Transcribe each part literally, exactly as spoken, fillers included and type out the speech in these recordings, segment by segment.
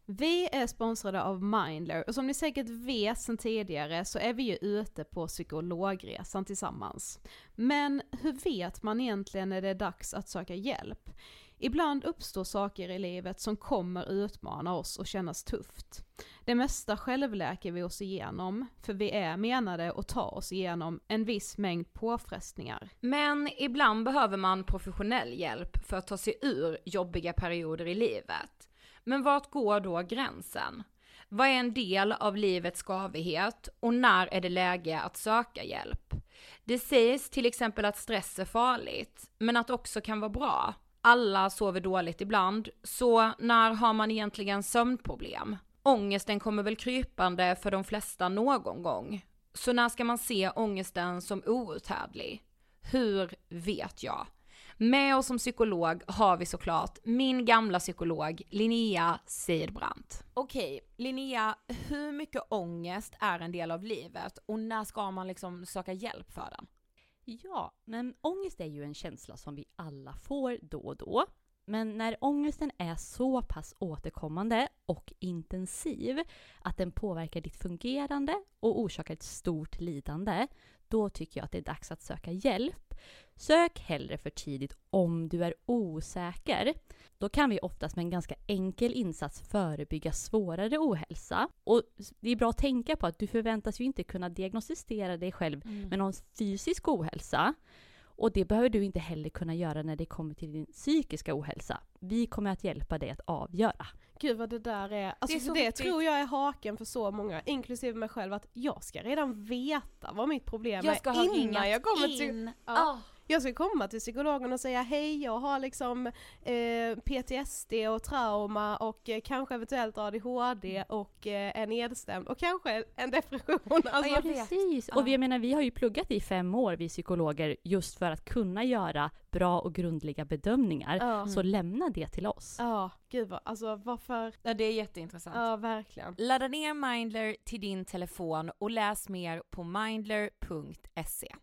Vi är sponsrade av Mindler och som ni säkert vet sedan tidigare så är vi ju ute på psykologresan tillsammans. Men hur vet man egentligen när det är dags att söka hjälp? Ibland uppstår saker i livet som kommer utmana oss och kännas tufft. Det mesta självläker vi oss igenom, för vi är menade att ta oss igenom en viss mängd påfrestningar. Men ibland behöver man professionell hjälp för att ta sig ur jobbiga perioder i livet. Men vart går då gränsen? Vad är en del av livets skavighet och när är det läge att söka hjälp? Det sägs till exempel att stress är farligt, men att också kan vara bra. Alla sover dåligt ibland, så när har man egentligen sömnproblem? Ångesten kommer väl krypande för de flesta någon gång. Så när ska man se ångesten som outhärdlig? Hur vet jag? Med oss som psykolog har vi såklart min gamla psykolog Linnea Seidbrant. Okej, Linnea, hur mycket ångest är en del av livet och när ska man liksom söka hjälp för den? Ja, men ångest är ju en känsla som vi alla får då och då. Men när ångesten är så pass återkommande och intensiv att den påverkar ditt fungerande och orsakar ett stort lidande, då tycker jag att det är dags att söka hjälp. Sök hellre för tidigt om du är osäker. Då kan vi oftast med en ganska enkel insats förebygga svårare ohälsa. Och det är bra att tänka på att du förväntas ju inte kunna diagnostisera dig själv mm. med någon fysisk ohälsa. Och det behöver du inte heller kunna göra när det kommer till din psykiska ohälsa. Vi kommer att hjälpa dig att avgöra. Gud vad det där är. Alltså det, är det tror jag är haken för så många, inklusive mig själv, att jag ska redan veta vad mitt problem jag ska är ha innan jag kommer in. till... Ja. Oh. Jag ska komma till psykologen och säga hej, jag har liksom eh, P T S D och trauma och eh, kanske eventuellt A D H D och eh, en nedstämd och kanske en depression. Alltså, ja, precis. Och vi, jag menar, vi har ju pluggat i fem år, vi psykologer, just för att kunna göra bra och grundliga bedömningar. Mm. Så lämna det till oss. Ja, gud vad, alltså varför? Ja, det är jätteintressant. Ja, verkligen. Ladda ner Mindler till din telefon och läs mer på mindler punkt se.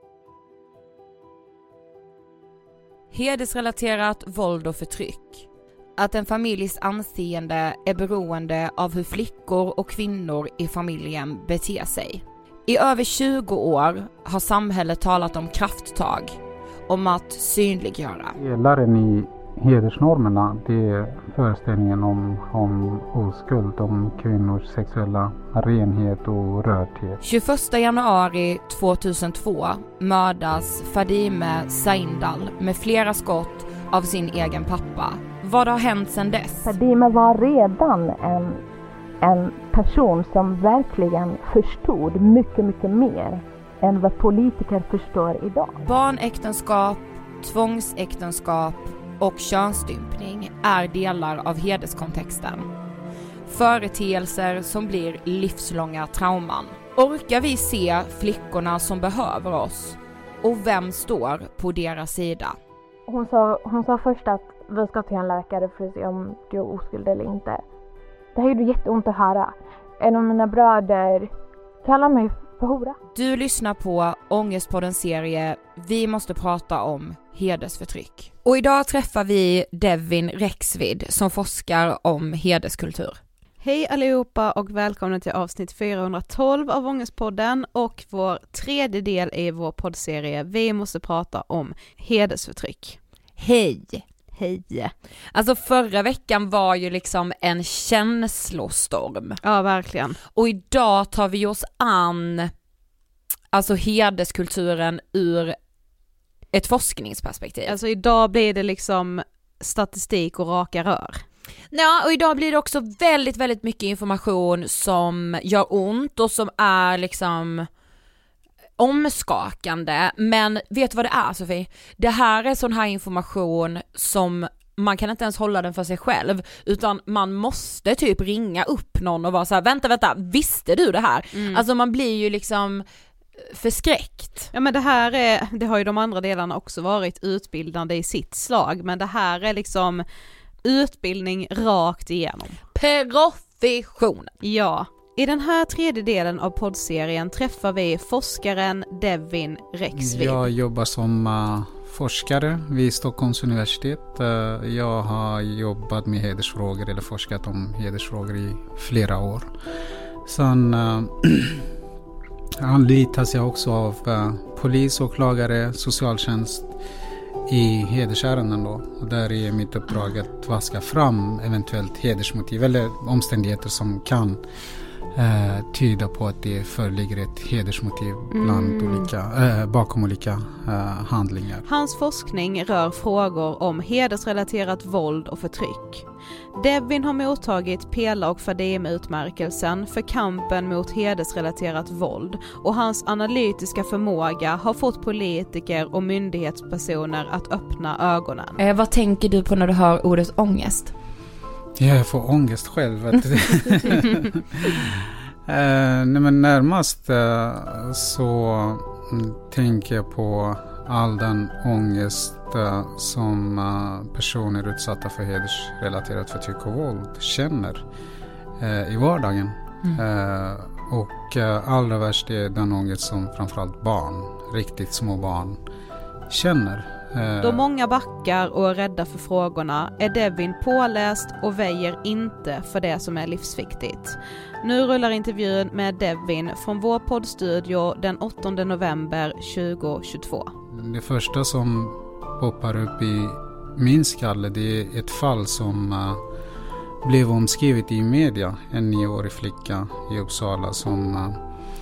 Hedersrelaterat våld och förtryck. Att en familjs anseende är beroende av hur flickor och kvinnor i familjen beter sig. I över tjugo år har samhället talat om krafttag, om att synliggöra. Pelaren i hedersnormerna, det är föreställningen om, om oskuld, om kvinnors sexuella renhet och rördhet. tjugoförsta januari tvåtusentvå mördas Fadime Saindal med flera skott av sin egen pappa. Vad har hänt sedan dess? Fadime var redan en, en person som verkligen förstod mycket, mycket mer än vad politiker förstår idag. Barnäktenskap, tvångsäktenskap och könsstympning är delar av hederskontexten. Företeelser som blir livslånga trauman. Orkar vi se flickorna som behöver oss? Och vem står på deras sida? Hon sa, hon sa först att vi ska till en läkare för att se om du är oskuld eller inte. Det här gjorde jätteont att höra. En av mina bröder kallar mig för hora. Du lyssnar på Ångestpoddens serie Vi måste prata om hedersförtryck. Och idag träffar vi Devin Rexvid som forskar om hederskultur. Hej allihopa och välkomna till avsnitt fyrahundratolv av Ångestpodden och vår tredje del i vår poddserie Vi måste prata om hedersförtryck. Hej! Hej! Alltså förra veckan var ju liksom en känslostorm. Ja, verkligen. Och idag tar vi oss an alltså hederskulturen ur ett forskningsperspektiv. Alltså idag blir det liksom statistik och raka rör. Ja, och idag blir det också väldigt, väldigt mycket information som gör ont och som är liksom omskakande. Men vet du vad det är, Sofie? Det här är sån här information som man kan inte ens hålla den för sig själv, utan man måste typ ringa upp någon och vara så här: vänta, vänta, visste du det här? Mm. Alltså man blir ju liksom förskräckt. Ja, men det här är, det har ju de andra delarna också varit utbildande i sitt slag, men det här är liksom utbildning rakt igenom. Profession. Ja. I den här tredje delen av poddserien träffar vi forskaren Devin Rexvid. Jag jobbar som uh, forskare vid Stockholms universitet. Uh, jag har jobbat med hedersfrågor eller forskat om hedersfrågor i flera år. Sen uh, anlitas jag också av uh, polis, åklagare, socialtjänst i hedersärenden då. Och där är mitt uppdrag att vaska fram eventuellt hedersmotiv eller omständigheter som kan eh, tyda på att det föreligger ett hedersmotiv bland Mm. olika, eh, bakom olika eh, handlingar. Hans forskning rör frågor om hedersrelaterat våld och förtryck. Devin har mottagit Pela och Fadime-utmärkelsen för kampen mot hedersrelaterat våld och hans analytiska förmåga har fått politiker och myndighetspersoner att öppna ögonen. Eh, vad tänker du på när du hör ordet ångest? Ja, jag får ångest själv. Att eh, nej, men närmast eh, så mm, tänker jag på all den ångest uh, som uh, personer utsatta för hedersrelaterat förtryck och våld känner uh, i vardagen. Mm. Uh, och uh, allra värst är den ångest som framförallt barn, riktigt små barn, känner. Uh, Då många backar och är rädda för frågorna är Devin påläst och väjer inte för det som är livsviktigt. Nu rullar intervjun med Devin från vår poddstudio den åttonde november tjugohundratjugotvå. Det första som poppar upp i min skalle, det är ett fall som uh, blev omskrivet i media. En nioårig flicka i Uppsala som uh,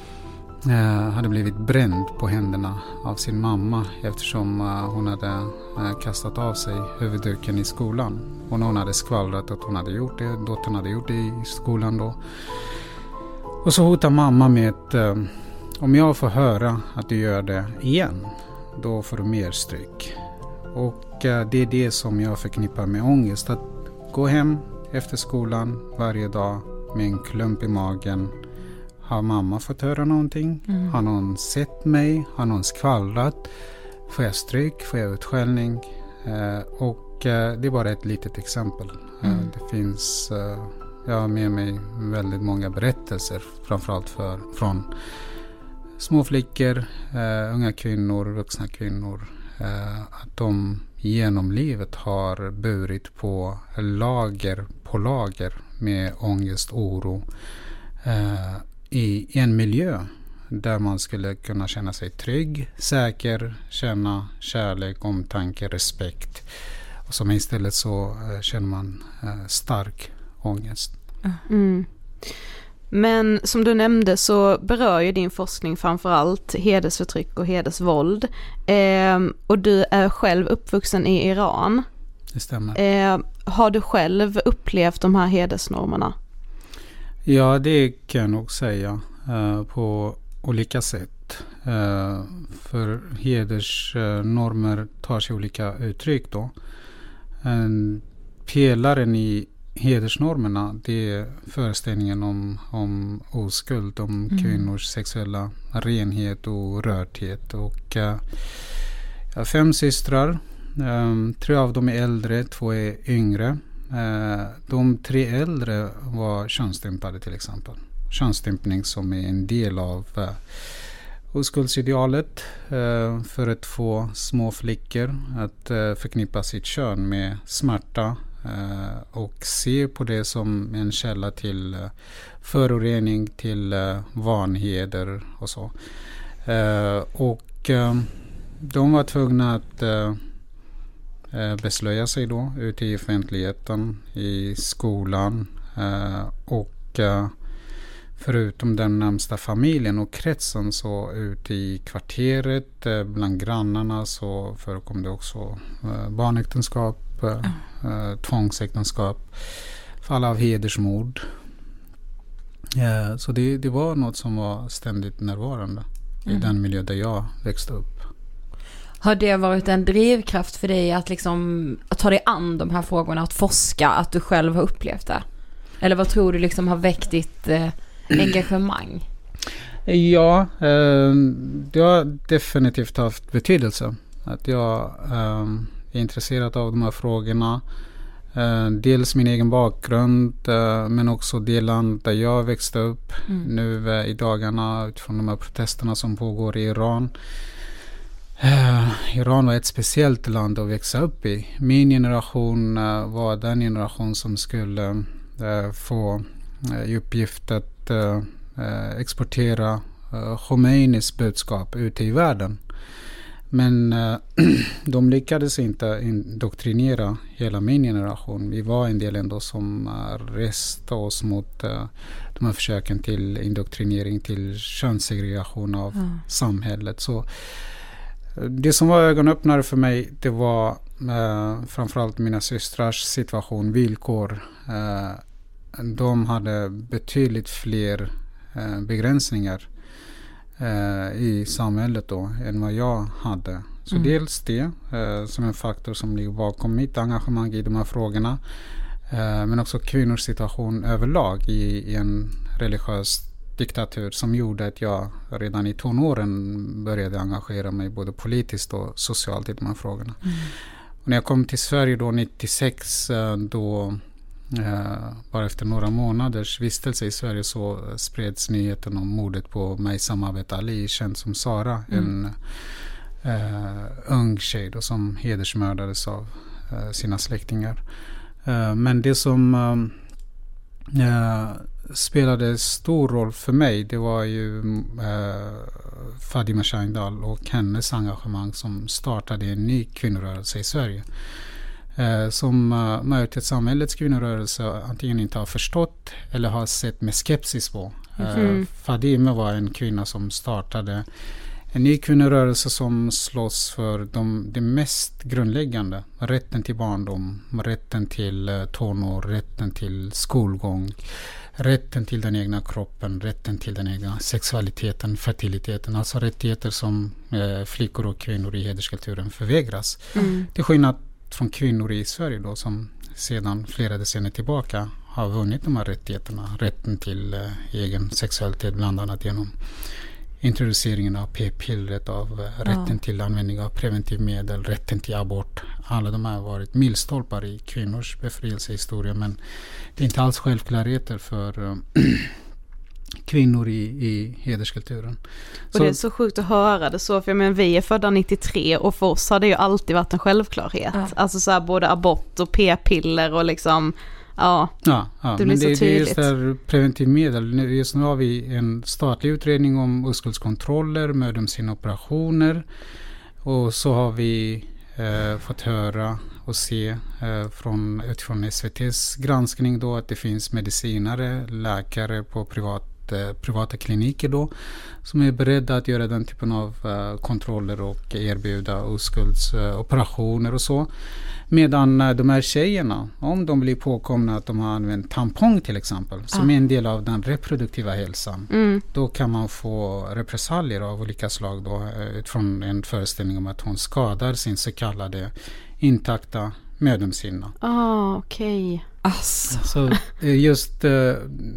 uh, hade blivit bränd på händerna av sin mamma eftersom uh, hon hade uh, kastat av sig huvudduken i skolan. Och hon hade skvallrat att hon hade gjort det, dottern hade gjort det i skolan då. Och så hotar mamma med att uh, om jag får höra att du gör det igen, då får du mer stryk. Och eh, det är det som jag förknippar med ångest. Att gå hem efter skolan varje dag med en klump i magen. Har mamma fått höra någonting? Mm. Har någon sett mig? Har någon skvallrat? Får jag stryk? Får jag utskällning? Eh, och eh, det är bara ett litet exempel. Mm. Eh, det finns, eh, jag har med mig väldigt många berättelser. Framförallt för, från små flickor, uh, unga kvinnor, vuxna kvinnor, uh, att de genom livet har burit på lager på lager med ångest, oro uh, i en miljö där man skulle kunna känna sig trygg, säker, känna kärlek, omtanke, respekt. Och som istället så uh, känner man uh, stark ångest. Mm. Men som du nämnde så berör ju din forskning framförallt hedersförtryck och hedersvåld. Eh, och du är själv uppvuxen i Iran. Det stämmer. Eh, har du själv upplevt de här hedersnormerna? Ja, det kan jag nog säga eh, på olika sätt. Eh, för hedersnormer tar sig olika uttryck då. En pelaren i hedersnormerna, det är föreställningen om, om oskuld, om mm. kvinnors sexuella renhet och rördhet. Och uh, jag har fem systrar, um, tre av dem är äldre, två är yngre. Uh, de tre äldre var könsstympade till exempel. Könsstympning som är en del av uh, oskuldsidealet uh, för att få små flickor att uh, förknippa sitt kön med smärta, Uh, och se på det som en källa till uh, förorening, till uh, vanheder och så. Uh, och uh, de var tvungna att uh, uh, beslöja sig då ute i offentligheten, i skolan uh, och uh, förutom den närmsta familjen och kretsen så ute i kvarteret, uh, bland grannarna så förekom det också uh, barnäktenskap, Uh, uh, tvångsäktenskap, fall av hedersmord. Uh, så det, det var något som var ständigt närvarande mm. i den miljö där jag växte upp. Har det varit en drivkraft för dig att, liksom, att ta dig an de här frågorna, att forska, att du själv har upplevt det? Eller vad tror du liksom har väckt ditt eh, engagemang? Ja, uh, det har definitivt haft betydelse. Att jag um, är intresserad av de här frågorna. Uh, dels min egen bakgrund uh, men också det land där jag växte upp mm. nu uh, i dagarna utifrån de här protesterna som pågår i Iran. Uh, Iran var ett speciellt land att växa upp i. Min generation uh, var den generation som skulle uh, få uh, i uppgift att uh, uh, exportera uh, Khomeinis budskap ute i världen. Men uh, de lyckades inte indoktrinera hela min generation. Vi var en del ändå som uh, reste oss mot uh, de här försöken till indoktrinering, till könssegregation av mm. samhället. Så det som var ögonöppnare för mig, det var uh, framförallt mina systrars situation, villkor. Uh, de hade betydligt fler uh, begränsningar Uh, i samhället då än vad jag hade. Så mm. dels det uh, som en faktor som ligger bakom mitt engagemang i de här frågorna. Uh, men också kvinnors situation överlag i, i en religiös diktatur som gjorde att jag redan i tonåren började engagera mig både politiskt och socialt i de här frågorna. Mm. Och när jag kom till Sverige då nittiosex uh, då Uh, bara efter några månaders vistelse i Sverige så spreds nyheten om mordet på Meisa Mabet Ali, känd som Sara, mm. en uh, ung tjej då, som hedersmördades av uh, sina släktingar. Uh, men det som uh, spelade stor roll för mig, det var ju uh, Fadime Sahindal och hennes engagemang som startade en ny kvinnorörelse i Sverige. Eh, som uh, majoritetssamhällets kvinnorörelse antingen inte har förstått eller har sett med skepsis på. Mm-hmm. Eh, Fadime var en kvinna som startade en ny kvinnorörelse som slåss för de, det mest grundläggande. Rätten till barndom, rätten till uh, tonår, rätten till skolgång, rätten till den egna kroppen, rätten till den egna sexualiteten, fertiliteten. Alltså rättigheter som uh, flickor och kvinnor i hederskulturen förvägras. Mm. Till skillnad från kvinnor i Sverige då, som sedan flera decennier tillbaka har vunnit de här rättigheterna. Rätten till eh, egen sexualitet, bland annat genom introduceringen av p-pillret, av eh, rätten ja. till användning av preventivmedel, rätten till abort. Alla de här har varit milstolpar i kvinnors befrielsehistoria, men det är inte alls självklarheter för eh, kvinnor i, i hederskulturen. Och så det är så sjukt att höra det så, för jag menar, vi är födda nittiotre och för oss har det ju alltid varit en självklarhet. Ja. Alltså så här, både abort och p-piller och liksom, ja, ja, ja det blir men så det, tydligt. Det är just där preventivmedel. Just nu har vi en statlig utredning om oskuldskontroller, mödomshinneoperationer, och så har vi eh, fått höra och se eh, från, utifrån S V T:s granskning då, att det finns medicinare, läkare på privat, eh, privata kliniker då, som är beredda att göra den typen av eh, kontroller och erbjuda oskuldsoperationer eh, och så. Medan eh, de här tjejerna, om de blir påkomna att de har använt tampong till exempel, som ah. är en del av den reproduktiva hälsan, mm. då kan man få repressalier av olika slag då, eh, utifrån en föreställning om att hon skadar sin så kallade intakta mödomshinna. Ah, okej. Okay. Alltså. Så just uh,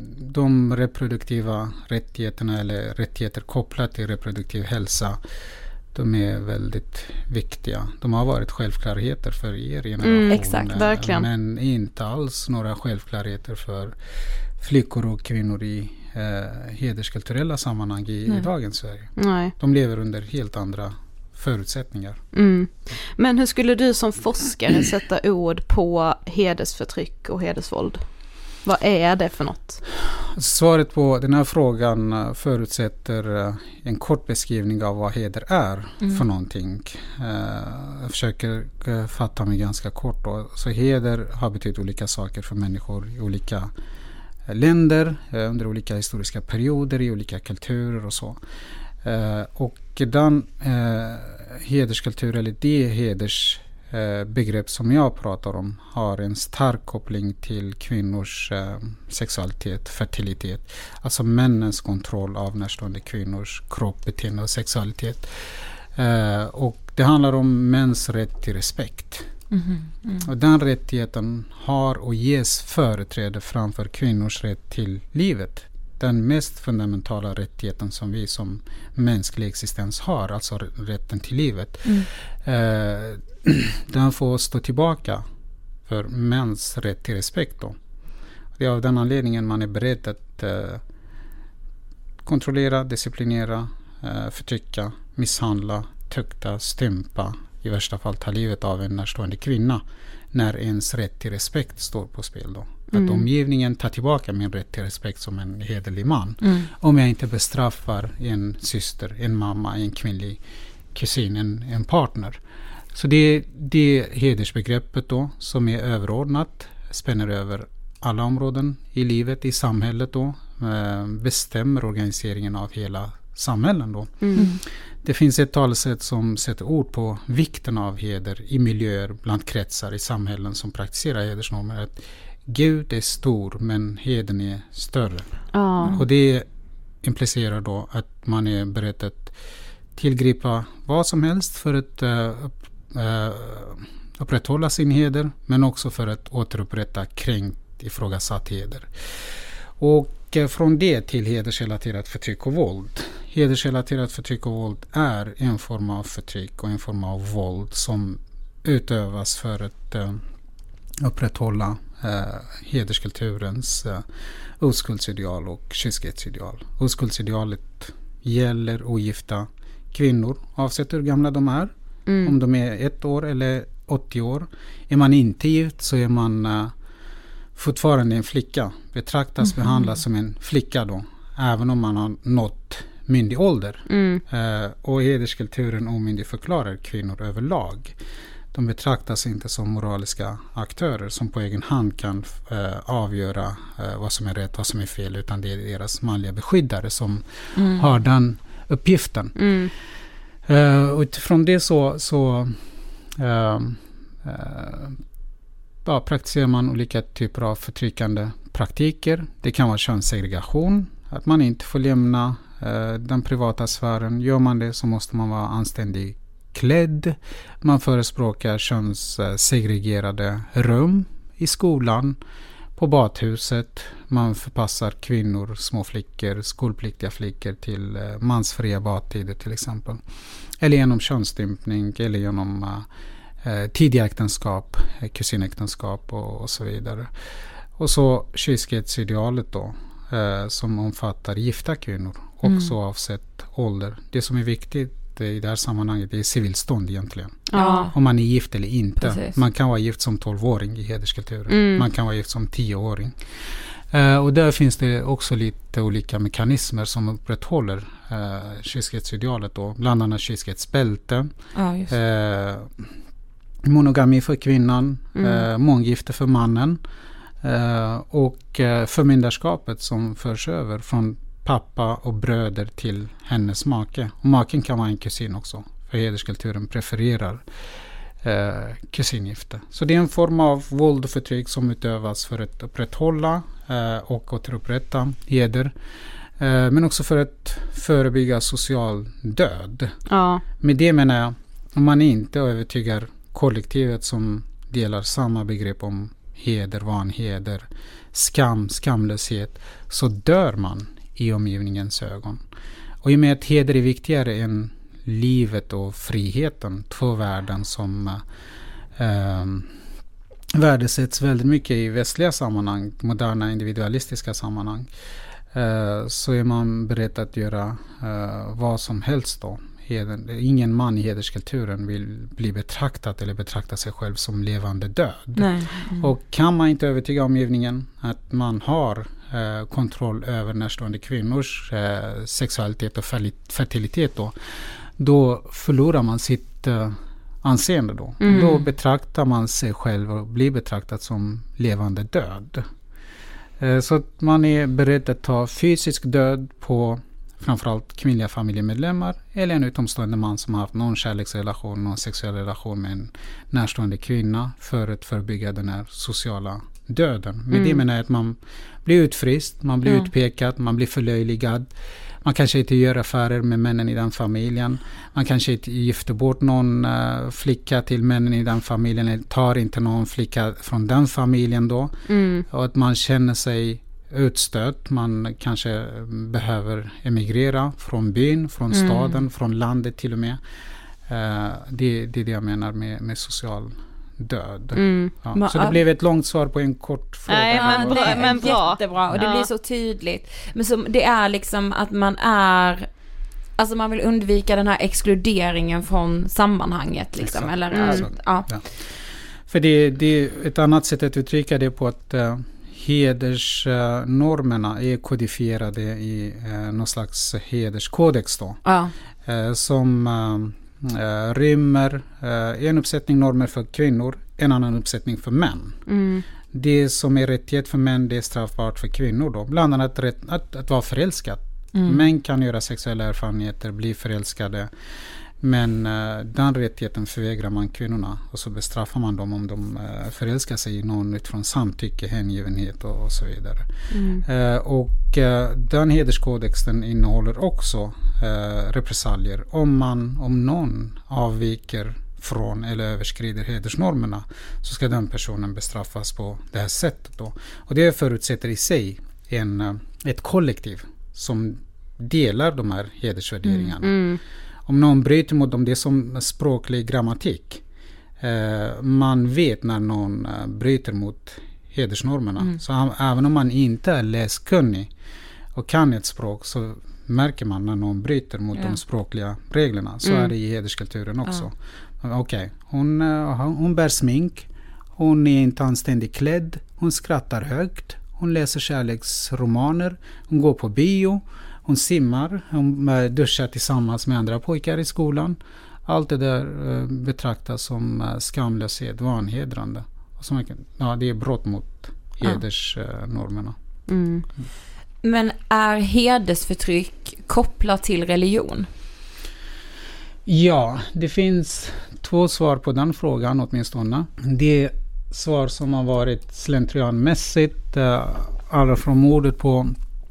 de reproduktiva rättigheterna eller rättigheter kopplat till reproduktiv hälsa, de är väldigt viktiga. De har varit självklarheter för er generation. Mm, exakt, verkligen. Men inte alls några självklarheter för flickor och kvinnor i uh, hederskulturella sammanhang i, i dagens Sverige. Nej. De lever under helt andra förutsättningar. Mm. Men hur skulle du som forskare sätta ord på hedersförtryck och hedersvåld? Vad är det för något? Svaret på den här frågan förutsätter en kort beskrivning av vad heder är mm. för någonting. Jag försöker fatta mig ganska kort då. Så heder har betytt olika saker för människor i olika länder, under olika historiska perioder, i olika kulturer och så. Uh, och den uh, hederskultur, eller det hedersbegrepp uh, som jag pratar om, har en stark koppling till kvinnors uh, sexualitet, fertilitet. Alltså männens kontroll av närstående kvinnors kropp, beteende och sexualitet. Uh, och det handlar om mäns rätt till respekt. Mm-hmm. Mm. Och den rättigheten har och ges företräde framför kvinnors rätt till livet. Den mest fundamentala rättigheten som vi som mänsklig existens har, alltså rätten till livet, mm. eh, den får stå tillbaka för mäns rätt till respekt då. Det är av den anledningen man är beredd att eh, kontrollera, disciplinera, eh, förtrycka, misshandla, tukta, stympa, i värsta fall ta livet av en närstående kvinna när ens rätt till respekt står på spel då. Mm. Att omgivningen tar tillbaka min rätt till respekt som en hederlig man. Mm. Om jag inte bestraffar en syster, en mamma, en kvinnlig kusin, en, en partner. Så det, det hedersbegreppet då som är överordnat, spänner över alla områden i livet, i samhället då, eh, bestämmer organiseringen av hela samhällen då. Mm. Det finns ett talesätt som sätter ord på vikten av heder i miljöer, bland kretsar, i samhällen som praktiserar hedersnormer. Att Gud är stor men heden är större. Ja. Och det implicerar då att man är beredd att tillgripa vad som helst för att uh, uh, upprätthålla sin heder, men också för att återupprätta kränkt, ifrågasatt heder. Och uh, från det till hedersrelaterat förtryck och våld. Hedersrelaterat förtryck och våld är en form av förtryck och en form av våld som utövas för att uh, upprätthålla uh, hederskulturens uh, oskuldsideal och kyskhetsideal. Oskuldsidealet gäller ogifta kvinnor, oavsett hur gamla de är. Mm. Om de är ett år eller åttio år. Är man inte gift så är man uh, fortfarande en flicka. Betraktas, Mm. behandlas som en flicka då. Även om man har nått myndig ålder. Mm. Uh, och hederskulturen omyndigförklarar kvinnor överlag. De betraktas inte som moraliska aktörer som på egen hand kan uh, avgöra uh, vad som är rätt, vad som är fel. Utan det är deras manliga beskyddare som Mm. har den uppgiften. Mm. Uh, utifrån det så, så uh, uh, ja, praktiserar man olika typer av förtryckande praktiker. Det kan vara könssegregation, att man inte får lämna uh, den privata sfären. Gör man det så måste man vara anständig klädd. Man förespråkar könssegregerade rum i skolan, på badhuset. Man förpassar kvinnor, små flickor, skolpliktiga flickor till eh, mansfria badtider till exempel. Eller genom könsstympning eller genom eh, tidiga äktenskap, eh, kusinäktenskap och, och så vidare. Och så kyskhetsidealet då, eh, som omfattar gifta kvinnor, också Mm. avsett ålder. Det som är viktigt i det här sammanhanget är civilstånd egentligen. Ja. Om man är gift eller inte. Precis. Man kan vara gift som tolvåring i hederskulturen. Mm. Man kan vara gift som tioåring. Uh, och där finns det också lite olika mekanismer som upprätthåller uh, kyskhetsidealet då. Bland annat kyskhetsbälte. Ja, just. Uh, monogami för kvinnan. Mm. Uh, månggifte för mannen. Uh, och uh, förmyndarskapet som förs över från pappa och bröder till hennes make. Och maken kan vara en kusin också. För hederskulturen prefererar eh, kusingifte. Så det är en form av våld och förtryck som utövas för att upprätthålla eh, och återupprätta heder. Eh, men också för att förebygga social död. Ja. Med det menar jag, om man inte övertygar kollektivet som delar samma begrepp om heder, vanheder, skam, skamlöshet, så dör man i omgivningens ögon. Och i och med att heder är viktigare än livet och friheten, två värden som äh, värdesätts väldigt mycket i västliga sammanhang, moderna individualistiska sammanhang, äh, så är man beredd att göra äh, vad som helst då. Heden, ingen man i hederskulturen vill bli betraktad eller betrakta sig själv som levande död. Nej. Mm. Och kan man inte övertyga omgivningen att man har eh, kontroll över närstående kvinnors eh, sexualitet och fertilitet då, då förlorar man sitt eh, anseende då. Mm. Då betraktar man sig själv och blir betraktad som levande död. Eh, så att man är beredd att ta fysisk död på framförallt kvinnliga familjemedlemmar eller en utomstående man som har haft någon kärleksrelation, någon sexuell relation med en närstående kvinna för att förebygga den här sociala döden. Med Mm. det menar jag att man blir utfryst, man blir Ja. utpekad, man blir förlöjligad. Man kanske inte gör affärer med männen i den familjen. Man kanske inte gifter bort någon uh, flicka till männen i den familjen eller tar inte någon flicka från den familjen då. Mm. Och att man känner sig utstött. Man kanske behöver emigrera från byn, från Mm. staden, från landet till och med. Uh, det, det är det jag menar med, med social död. Mm. Ja. Men, Så det uh, blev ett långt svar på en kort fråga. Nej, men Ja, bra- det är men bra. Jättebra och det Ja. blir så tydligt. Men som, det är liksom att man är, Alltså man vill undvika den här exkluderingen från sammanhanget liksom. Exakt. Eller, Mm. äh, ja. Ja. För det, det är ett annat sätt att uttrycka det på att uh, hedersnormerna uh, är kodifierade i uh, någon slags hederskodex då. Ja. Uh, som uh, uh, rymmer uh, en uppsättning normer för kvinnor, en annan uppsättning för män. Mm. Det som är rättighet för män, det är straffbart för kvinnor då. Bland annat rätt, att, att vara förälskad. Mm. Män kan göra sexuella erfarenheter, bli förälskade. Men uh, den rättigheten förvägrar man kvinnorna. Och så bestraffar man dem om de uh, förälskar sig i någon utifrån samtycke, hängivenhet och, och så vidare. Mm. Uh, och uh, den hederskodexen innehåller också uh, repressalier. Om, man, om någon avviker från eller överskrider hedersnormerna, så ska den personen bestraffas på det här sättet då. Och det förutsätter i sig en, uh, ett kollektiv som delar de här hedersvärderingarna. Mm. Om någon bryter mot dem, det är som språklig grammatik. Eh, man vet när någon eh, bryter mot hedersnormerna. Mm. Så a- även om man inte är läskunnig och kan ett språk, så märker man när någon bryter mot Ja. de språkliga reglerna. Så Mm. är det i hederskulturen också. Okej, okay. hon, uh, hon bär smink, hon är inte anständigt klädd, hon skrattar högt, hon läser kärleksromaner, hon går på bio, hon simmar, hon uh, duschar tillsammans med andra pojkar i skolan. Allt det där uh, betraktas som uh, skamlöshet, vanhedrande. Och som, ja, det är brott mot hedersnormerna. Uh, Mm. Men är hedersförtryck kopplat till religion? Ja, det finns två svar på den frågan åtminstone. Det svar som har varit slentrianmässigt, uh, alla från mordet på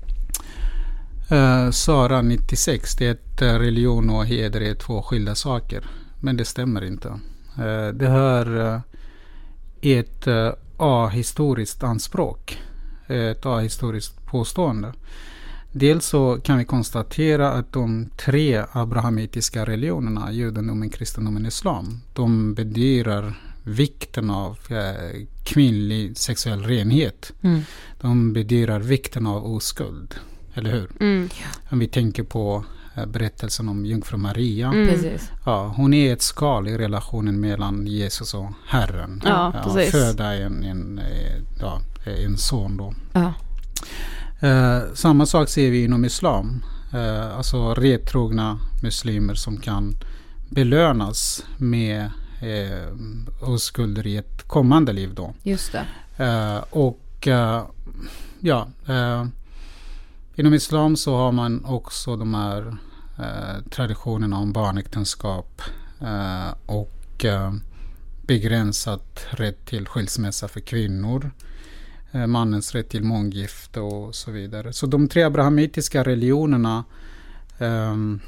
uh, Sara nittiosex, det är att uh, religion och heder är två skilda saker. Men det stämmer inte. Uh, det här uh, är ett uh, ahistoriskt anspråk, ett ahistoriskt påstående. Dels så kan vi konstatera att de tre abrahamitiska religionerna, judendomen, kristendomen, islam, de bedyrar vikten av eh, kvinnlig sexuell renhet. Mm. De bedyrar vikten av oskuld, eller hur? Mm. Om vi tänker på eh, berättelsen om jungfru Maria. Mm. Precis. Ja, hon är ett skal i relationen mellan Jesus och Herren. Ja, precis. Föda en, en, eh, ja, en son då. Ja. Eh, samma sak ser vi inom islam. Eh, alltså rättrogna muslimer som kan belönas med eh, oskulder i ett kommande liv då. Just det. Eh, och eh, ja, eh, inom islam så har man också de här eh, traditionerna om barnäktenskap eh, och eh, begränsat rätt till skilsmässa för kvinnor. Mannens rätt till månggifte och så vidare. Så de tre abrahamitiska religionerna um,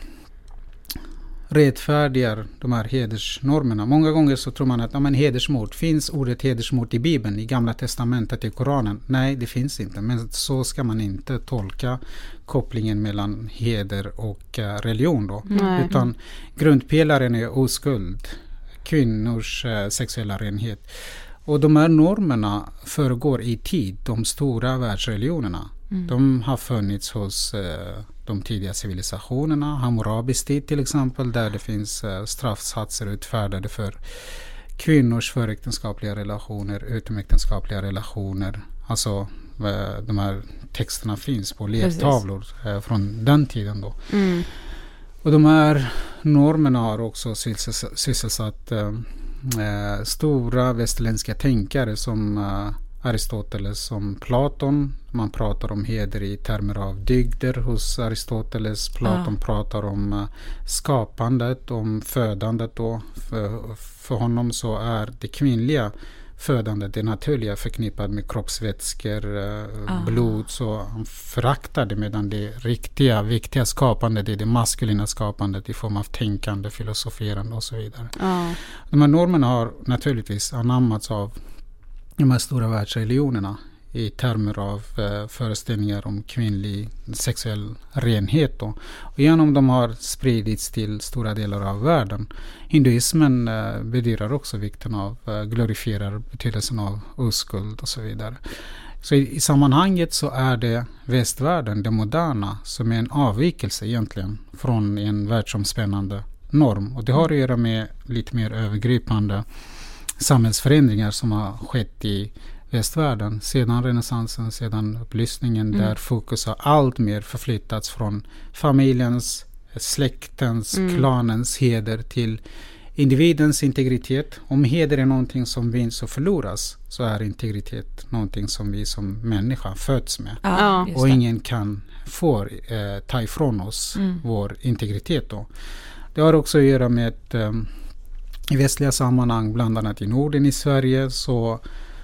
rättfärdigar de här hedersnormerna. Många gånger så tror man att ja, men hedersmord, finns ordet hedersmord i Bibeln, i Gamla testamentet, i Koranen? Nej, det finns inte. Men så ska man inte tolka kopplingen mellan heder och uh, religion då. Nej. Utan grundpelaren är oskuld, kvinnors uh, sexuella renhet. Och de här normerna föregår i tid de stora världsreligionerna. Mm. De har funnits hos eh, de tidiga civilisationerna, Hammurabis tid till exempel, där det finns eh, straffsatser utfärdade för kvinnors föräktenskapliga relationer, utomäktenskapliga relationer. Alltså eh, de här texterna finns på lertavlor eh, från den tiden då. Mm. Och de här normerna har också sysselsatt, sysselsatt eh, Eh, stora västerländska tänkare som eh, Aristoteles, som Platon. Man pratar om heder i termer av dygder hos Aristoteles. Platon ja. pratar om eh, skapandet, om födandet då. För, för honom så är det kvinnliga födandet, det naturliga, förknippat med kroppsvätskor, eh, ah. blod, så han föraktade, medan det riktiga, viktiga skapandet är det maskulina skapandet i form av tänkande, filosoferande och så vidare. Ah. De här normerna har naturligtvis anammats av de här stora världsreligionerna i termer av eh, föreställningar om kvinnlig sexuell renhet då. Och genom de har spridits till stora delar av världen. Hinduismen eh, bedyrar också vikten av, eh, glorifierar betydelsen av oskuld och så vidare. Så i, i sammanhanget så är det västvärlden, det moderna, som är en avvikelse egentligen från en världsomspännande norm. Och det har att göra med lite mer övergripande samhällsförändringar som har skett i västvärlden sedan renässansen, sedan upplysningen, mm. där fokus har allt mer förflyttats från familjens, släktens, mm. klanens heder till individens integritet. Om heder är någonting som vinns och förloras, så är integritet någonting som vi som människa föds med. Ja, och ingen kan få eh, ta ifrån oss mm. vår integritet då. Det har också att göra med eh, i västliga sammanhang, bland annat i Norden, i Sverige, så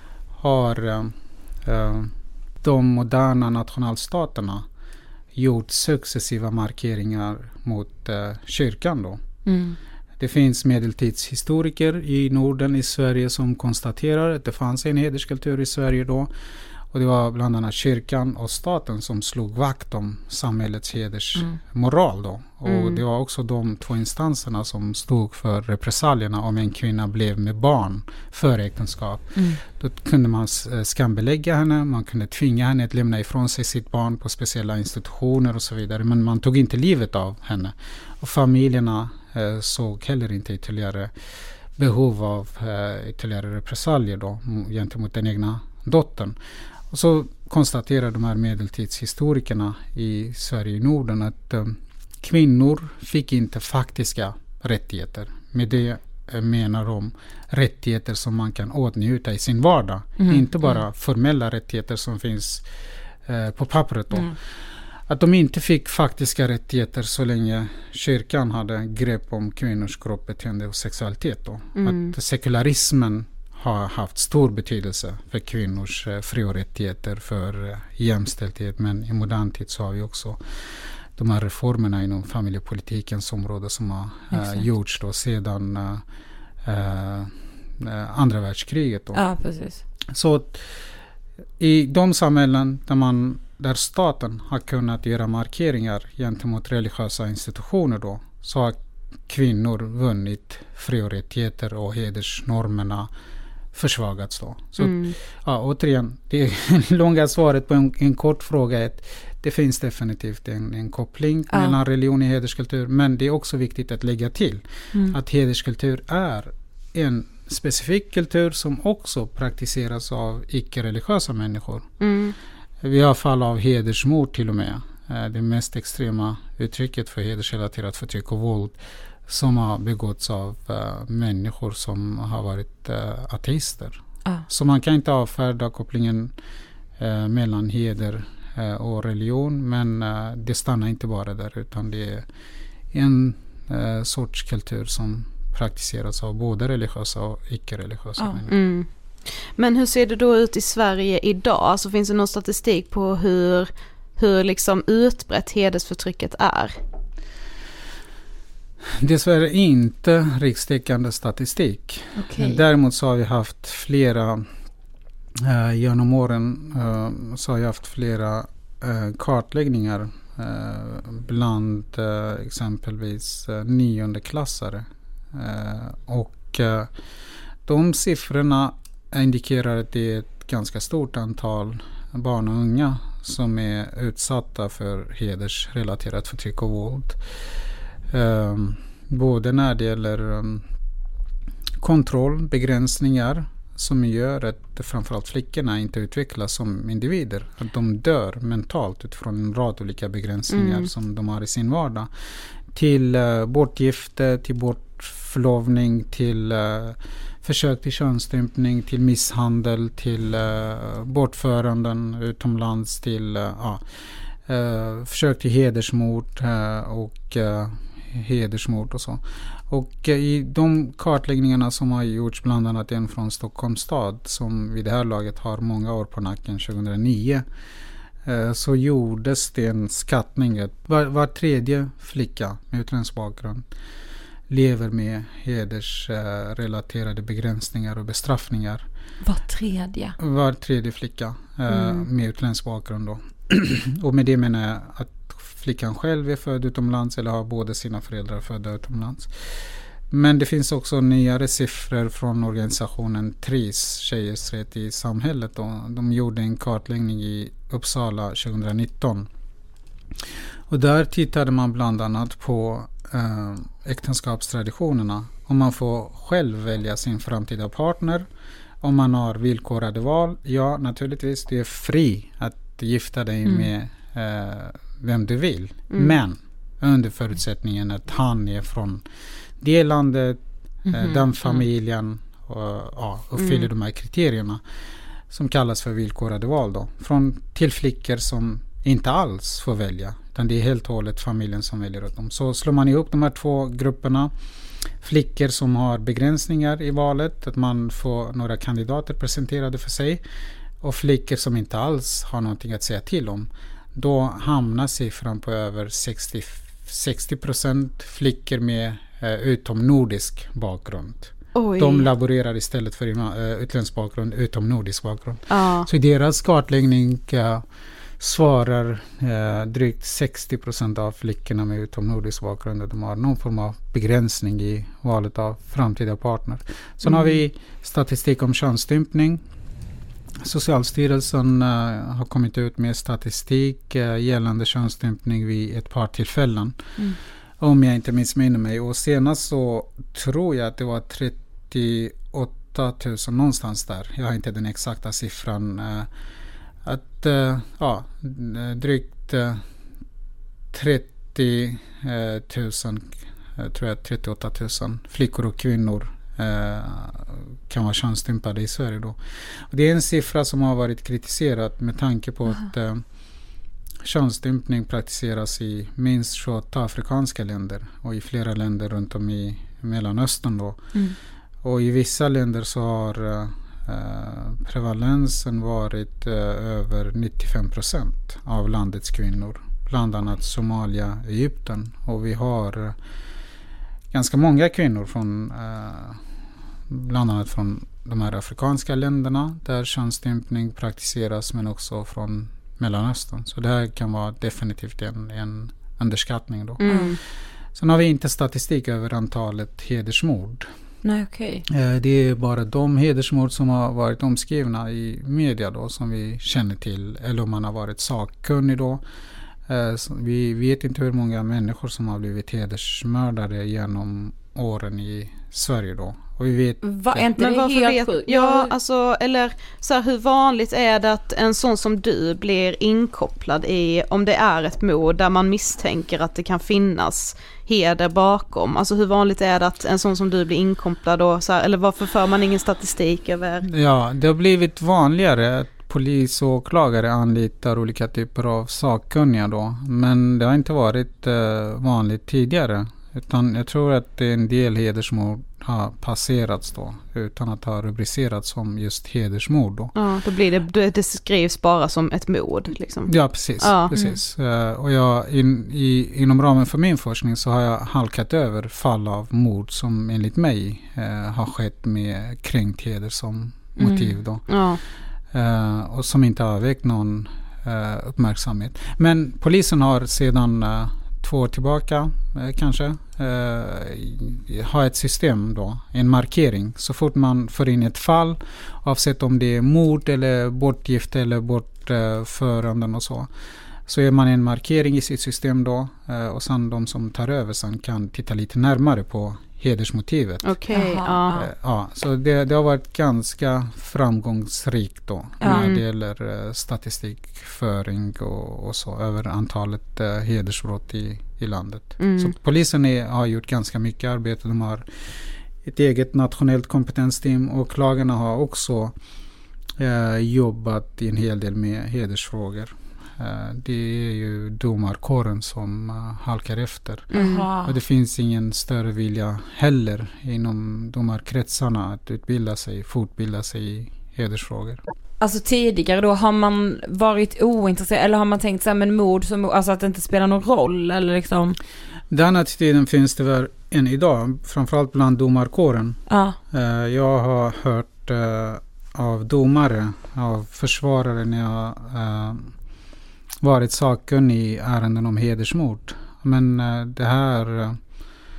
har eh, de moderna nationalstaterna gjort successiva markeringar mot eh, kyrkan då. Mm. Det finns medeltidshistoriker i Norden, i Sverige, som konstaterar att det fanns en hederskultur i Sverige då. Och det var bland annat kyrkan och staten som slog vakt om samhällets hedersmoral då. Och mm. det var också de två instanserna som stod för repressalierna om en kvinna blev med barn för äktenskap. Mm. Då kunde man skambelägga henne, man kunde tvinga henne att lämna ifrån sig sitt barn på speciella institutioner och så vidare. Men man tog inte livet av henne. Och familjerna eh, såg heller inte ytterligare behov av eh, ytterligare repressalier då, gentemot den egna dottern. Och så konstaterar de här medeltidshistorikerna i Sverige och Norden att eh, kvinnor fick inte faktiska rättigheter. Med det eh, menar de rättigheter som man kan åtnjuta i sin vardag. Mm. Inte bara mm. formella rättigheter som finns eh, på pappret då. Mm. Att de inte fick faktiska rättigheter så länge kyrkan hade grepp om kvinnors kropp, beteende och sexualitet då. Mm. Att sekularismen har haft stor betydelse för kvinnors eh, fri- och rättigheter, för eh, jämställdhet. Men i modern tid så har vi också de här reformerna inom familjepolitikens område som har eh, gjorts då sedan eh, eh, andra världskriget då. Ja, precis. Så i de samhällen där man där staten har kunnat göra markeringar gentemot religiösa institutioner då, så har kvinnor vunnit fri- och rättigheter och hedersnormerna försvagats då. Så mm. ja, återigen, det långa svaret på en, en kort fråga är att det finns definitivt en, en koppling ja. mellan religion och hederskultur, men det är också viktigt att lägga till mm. att hederskultur är en specifik kultur som också praktiseras av icke-religiösa människor. Mm. Vi har fall av hedersmord till och med. Det mest extrema uttrycket för hedersrelaterat förtryck och våld som har begåtts av uh, människor som har varit uh, ateister. Ah. Så man kan inte avfärda kopplingen uh, mellan heder uh, och religion, men uh, det stannar inte bara där, utan det är en uh, sorts kultur som praktiseras av både religiösa och icke-religiösa ah. människor. Mm. Men hur ser det då ut i Sverige idag? Alltså finns det någon statistik på hur, hur liksom utbrett hedersförtrycket är? Dessvärre inte rikstäckande statistik. Okay. Däremot så har vi haft flera, eh, genom åren eh, så har jag haft flera eh, kartläggningar eh, bland eh, exempelvis eh, niondeklassare. Eh, och eh, de siffrorna indikerar att det är ett ganska stort antal barn och unga som är utsatta för hedersrelaterat förtryck och våld. Um, både när det gäller um, kontroll, begränsningar som gör att framförallt flickorna inte utvecklas som individer. Att de dör mentalt utifrån en rad olika begränsningar mm. som de har i sin vardag. Till uh, bortgifte, till bortförlovning, till uh, försök till könsstympning, till misshandel, till uh, bortföranden utomlands, till uh, uh, uh, försök till hedersmord uh, och uh, hedersmord och så. Och uh, i de kartläggningarna som har gjorts, bland annat en från Stockholms stad som vid det här laget har många år på nacken, tjugohundranio, uh, så gjordes det en skattning att var, var tredje flicka med utländsk bakgrund lever med hedersrelaterade begränsningar och bestraffningar. Var tredje? Var tredje flicka eh, mm. med utländsk bakgrund då. Och med det menar jag att flickan själv är född utomlands eller har båda sina föräldrar födda utomlands. Men det finns också nyare siffror från organisationen T R I S, Tjejers rätt i samhället. Då. De gjorde en kartläggning i Uppsala tjugonitton. Och där tittade man bland annat på eh, äktenskapstraditionerna. Om man får själv välja sin framtida partner. Om man har villkorade val. Ja, naturligtvis. Det är fri att gifta dig mm. med eh, vem du vill. Mm. Men under förutsättningen att han är från det landet, mm-hmm. eh, den familjen och ja, uppfyller mm. de här kriterierna som kallas för villkorade val då. Från till flickor som inte alls får välja, utan det är helt och hållet familjen som väljer åt dem. Så slår man ihop de här två grupperna, flickor som har begränsningar i valet, att man får några kandidater presenterade för sig, och flickor som inte alls har någonting att säga till om, då hamnar siffran på över sextio procent flickor med eh, utom nordisk bakgrund. Oj. De laborerar istället för uh, utländsk bakgrund utom nordisk bakgrund. Ah. Så i deras kartläggning uh, svarar uh, drygt sextio procent av flickorna med utom nordisk bakgrund att de har någon form av begränsning i valet av framtida partner. Sen mm. har vi statistik om könsstympning. Socialstyrelsen uh, har kommit ut med statistik uh, gällande könsstympning vid ett par tillfällen. Mm. Om jag inte missminner mig. Och senast så tror jag att det var trettioåtta tusen någonstans där. Jag har inte den exakta siffran. Uh, att uh, ja, drygt uh, trettio tusen, uh, tror jag trettioåtta tusen flickor och kvinnor uh, kan vara könsstympade i Sverige då. Och det är en siffra som har varit kritiserad med tanke på uh-huh. att uh, könsstympning praktiseras i minst tjugoåtta afrikanska länder och i flera länder runt om i Mellanöstern då. Mm. Och i vissa länder så har uh, prevalensen varit uh, över nittiofem procent av landets kvinnor. Bland annat Somalia, Egypten. Och vi har uh, ganska många kvinnor från uh, bland annat från de här afrikanska länderna där könsstympning praktiseras, men också från Mellanöstern. Så det här kan vara definitivt en, en underskattning då. Mm. Sen har vi inte statistik över antalet hedersmord. Nej, okej. Okay. Det är bara de hedersmord som har varit omskrivna i media då, som vi känner till, eller om man har varit sakkunnig då. Vi vet inte hur många människor som har blivit hedersmördare genom åren i Sverige då. Och vi vet, Va, är inte men det helt sjukt? Ja, alltså, eller så här, hur vanligt är det att en sån som du blir inkopplad i, om det är ett mord där man misstänker att det kan finnas heder bakom? Alltså hur vanligt är det att en sån som du blir inkopplad och så här, eller varför för man ingen statistik över? Ja, det har blivit vanligare att polis och åklagare anlitar olika typer av sakkunniga då, men det har inte varit eh, vanligt tidigare. Utan jag tror att en del hedersmord har passerats då, utan att ha rubricerats som just hedersmord då. Ja, då blir det, det skrivs bara som ett mord liksom. Ja, precis. Ja. precis. Mm. Uh, och jag, in, i, inom ramen för min forskning så har jag halkat över fall av mord som enligt mig uh, har skett med kränkt heder som motiv mm. då. Ja. Uh, och som inte har väckt någon uh, uppmärksamhet. Men polisen har sedan uh, två år tillbaka eh, kanske eh, ha ett system då, en markering. Så fort man får in ett fall, oavsett om det är mord eller bortgifte eller bortföranden och så, så är man en markering i sitt system då, eh, och sen de som tar över sen kan titta lite närmare på hedersmotivet. Okej, okay, ja. Eh, ja. Så det, det har varit ganska framgångsrikt då mm. när det gäller eh, statistikföring och, och så över antalet eh, hedersbrott i, i landet. Mm. Så polisen är, har gjort ganska mycket arbete. De har ett eget nationellt kompetensteam, och åklagarna har också eh, jobbat en hel del med hedersfrågor. Det är ju domarkåren som uh, halkar efter. Mm. Och det finns ingen större vilja heller inom domarkretsarna att utbilda sig, fortbilda sig i hedersfrågor. Alltså tidigare då har man varit ointresserad, eller har man tänkt så här, men mord som, alltså att det inte spelar någon roll eller liksom? Den attityden finns det väl än idag, framförallt bland domarkåren. Ah. Uh, jag har hört uh, av domare, av försvarare när jag uh, varit sakkunnig i ärenden om hedersmord. Men uh, det här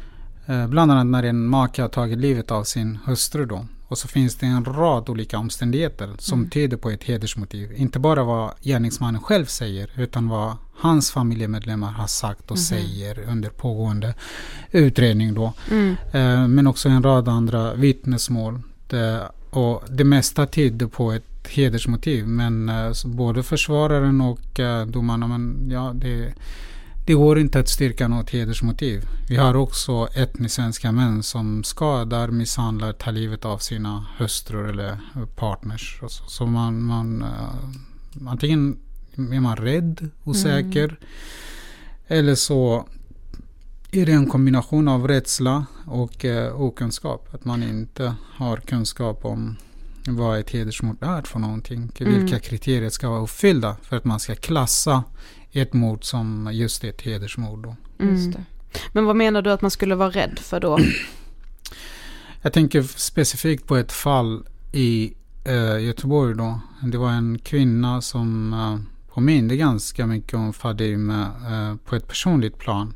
Eh, bland annat när en make har tagit livet av sin hustru då. Och så finns det en rad olika omständigheter som mm. tyder på ett hedersmotiv. Inte bara vad gärningsmannen själv säger, utan vad hans familjemedlemmar har sagt och mm. säger under pågående utredning då. Mm. Eh, men också en rad andra vittnesmål. Det, och det mesta tyder på ett hedersmotiv. Men eh, både försvararen och eh, domarna, men ja, det Det går inte att styrka något hedersmotiv. Vi har också etniskt svenska män som skadar, misshandlar, tar livet av sina hustrur eller partners. Så, så man, man uh, antingen är man rädd, osäker, mm. eller så är det en kombination av rädsla och uh, okunskap. Att man inte har kunskap om vad ett hedersmord är för någonting. Mm. Vilka kriterier ska vara uppfyllda för att man ska klassa ett mord som just ett hedersmord då. Mm. Just det. Men vad menar du att man skulle vara rädd för då? Jag tänker specifikt på ett fall i uh, Göteborg då. Det var en kvinna som uh, påminde ganska mycket om Fadime uh, på ett personligt plan.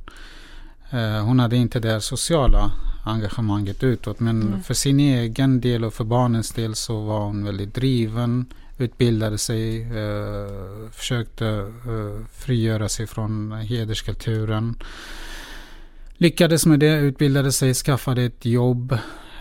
Uh, hon hade inte det sociala engagemanget utåt, men mm. för sin egen del och för barnens del så var hon väldigt driven, utbildade sig, uh, försökte uh, frigöra sig från hederskulturen. Lyckades med det, utbildade sig, skaffade ett jobb,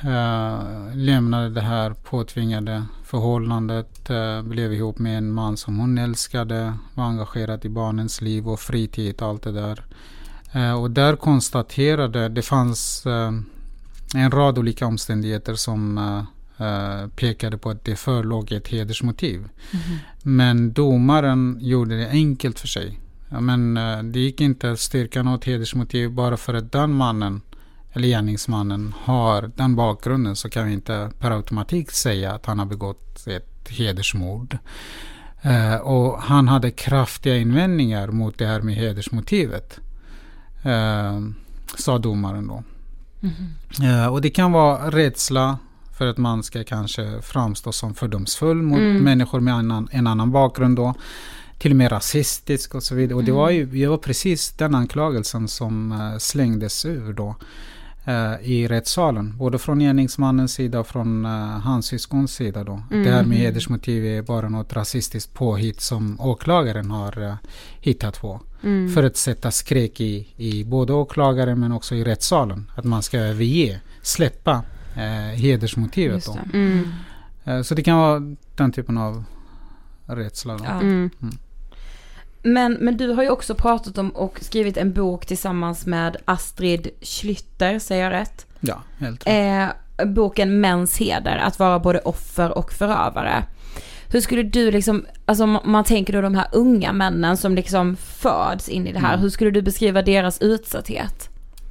uh, lämnade det här påtvingade förhållandet, uh, blev ihop med en man som hon älskade, var engagerad i barnens liv och fritid och allt det där. Uh, och där konstaterade, det fanns uh, en rad olika omständigheter som uh, Uh, pekade på att det förelåg ett hedersmotiv. Mm-hmm. Men domaren gjorde det enkelt för sig. Ja, men uh, det gick inte att styrka något hedersmotiv bara för att den mannen eller gärningsmannen har den bakgrunden, så kan vi inte per automatik säga att han har begått ett hedersmord. Uh, och han hade kraftiga invändningar mot det här med hedersmotivet, uh, sa domaren då. Mm-hmm. Uh, och det kan vara rädsla för att man ska kanske framstå som fördomsfull mot mm. människor med annan, en annan bakgrund då. Till och med rasistisk och så vidare. Och det var ju det var precis den anklagelsen som uh, slängdes ur då uh, i rättssalen. Både från gärningsmannens sida och från uh, hans syskons sida då. Mm. Det här med hedersmotiv är bara något rasistiskt påhitt som åklagaren har uh, hittat på. Mm. För att sätta skräck i, i både åklagaren men också i rättssalen. Att man ska överge, släppa Eh, hedersmotivet då. Det. Mm. Eh, så det kan vara den typen av rädsla då. Ja. Mm. Mm. Men, men du har ju också pratat om och skrivit en bok tillsammans med Astrid Schlytter, säger jag rätt? Ja, helt rätt. Eh, boken Mäns heder, att vara både offer och förövare. Hur skulle du liksom, alltså man tänker då de här unga männen som liksom föds in i det här, mm. hur skulle du beskriva deras utsatthet?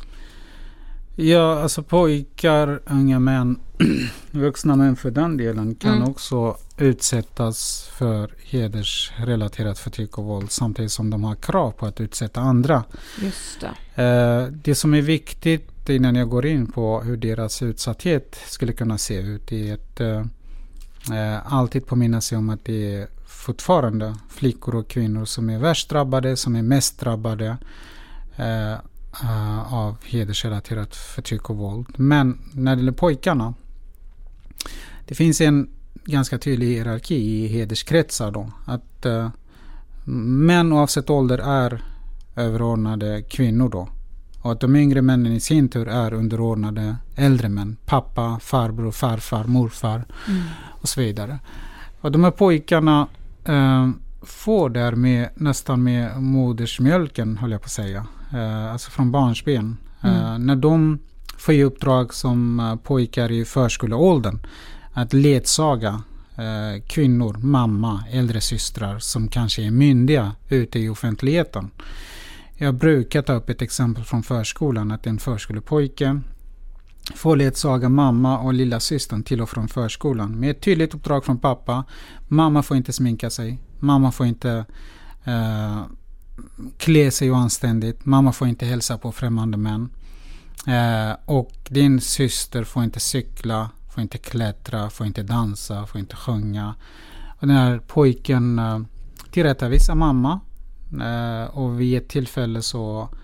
Ja, alltså pojkar, unga män, vuxna män för den delen kan mm. också utsättas för hedersrelaterat förtryck och våld samtidigt som de har krav på att utsätta andra. Just det. Eh, det som är viktigt innan jag går in på hur deras utsatthet skulle kunna se ut är att eh, alltid påminna sig om att det är fortfarande flickor och kvinnor som är värst drabbade, som är mest drabbade eh, Uh, av hedersrelaterat förtryck och våld. Men när det gäller pojkarna, det finns en ganska tydlig hierarki i hederskretsar då. Att uh, män oavsett ålder är överordnade kvinnor då. Och att de yngre männen i sin tur är underordnade äldre män. Pappa, farbror, farfar, morfar mm. och så vidare. Och de här pojkarna uh, får därmed nästan med modersmjölken, håller jag på att säga. Uh, alltså från barnsben. Uh, mm. När de får i uppdrag som uh, pojkar i förskoleåldern att ledsaga uh, kvinnor, mamma, äldre systrar som kanske är myndiga ute i offentligheten. Jag brukar ta upp ett exempel från förskolan, att en förskolepojke får ledsaga mamma och lilla systern till och från förskolan med ett tydligt uppdrag från pappa. Mamma får inte sminka sig, mamma får inte uh, klä sig anständigt, mamma får inte hälsa på främmande män, eh, och din syster får inte cykla, får inte klättra, får inte dansa, får inte sjunga. Och den här pojken eh, tillrättavisar mamma, eh, och vid ett tillfälle så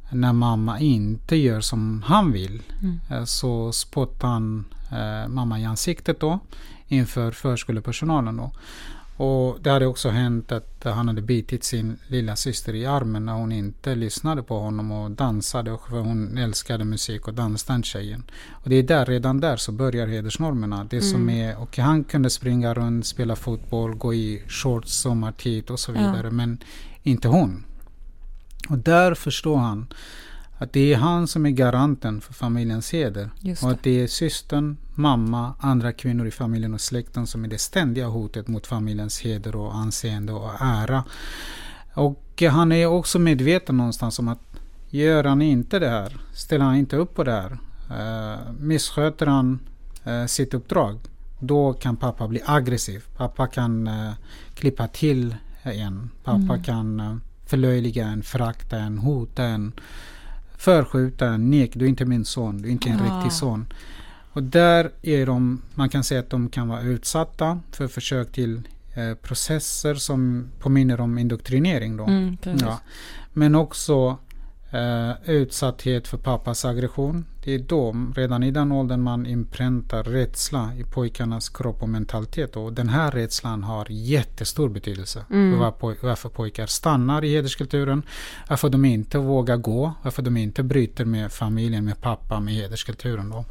när mamma inte gör som han vill, Mm. eh, så spottar han eh, mamma i ansiktet då inför förskolepersonalen då. Och det hade också hänt att han hade bitit sin lilla syster i armen när hon inte lyssnade på honom och dansade, för hon älskade musik och dans, den tjejen. Och det är där, redan där så börjar hedersnormerna. Det som är, och han kunde springa runt, spela fotboll, gå i shorts sommartid och så vidare, Ja. men inte hon. Och där förstår han att det är han som är garanten för familjens heder. Just Och det. att det är systern, mamma, andra kvinnor i familjen och släkten som är det ständiga hotet mot familjens heder och anseende och ära. Och han är också medveten någonstans om att gör han inte det här, ställer han inte upp på det här, eh, missköter han eh, sitt uppdrag, då kan pappa bli aggressiv. Pappa kan eh, klippa till en. Pappa Mm. kan eh, förlöjliga en, förakta en, hota en, förskjuta en, nek, du är inte min son, du är inte en Ah. riktig son. Och där är de, man kan säga att de kan vara utsatta för försök till eh, processer som påminner om indoktrinering då. Mm, precis. Ja. Men också eh, utsatthet för pappas aggression. Det är då, redan i den åldern, man inpräntar rädsla i pojkarnas kropp och mentalitet. Och den här rädslan har jättestor betydelse Mm. för var poj- varför pojkar stannar i hederskulturen, varför de inte vågar gå, varför de inte bryter med familjen, med pappa, med hederskulturen då.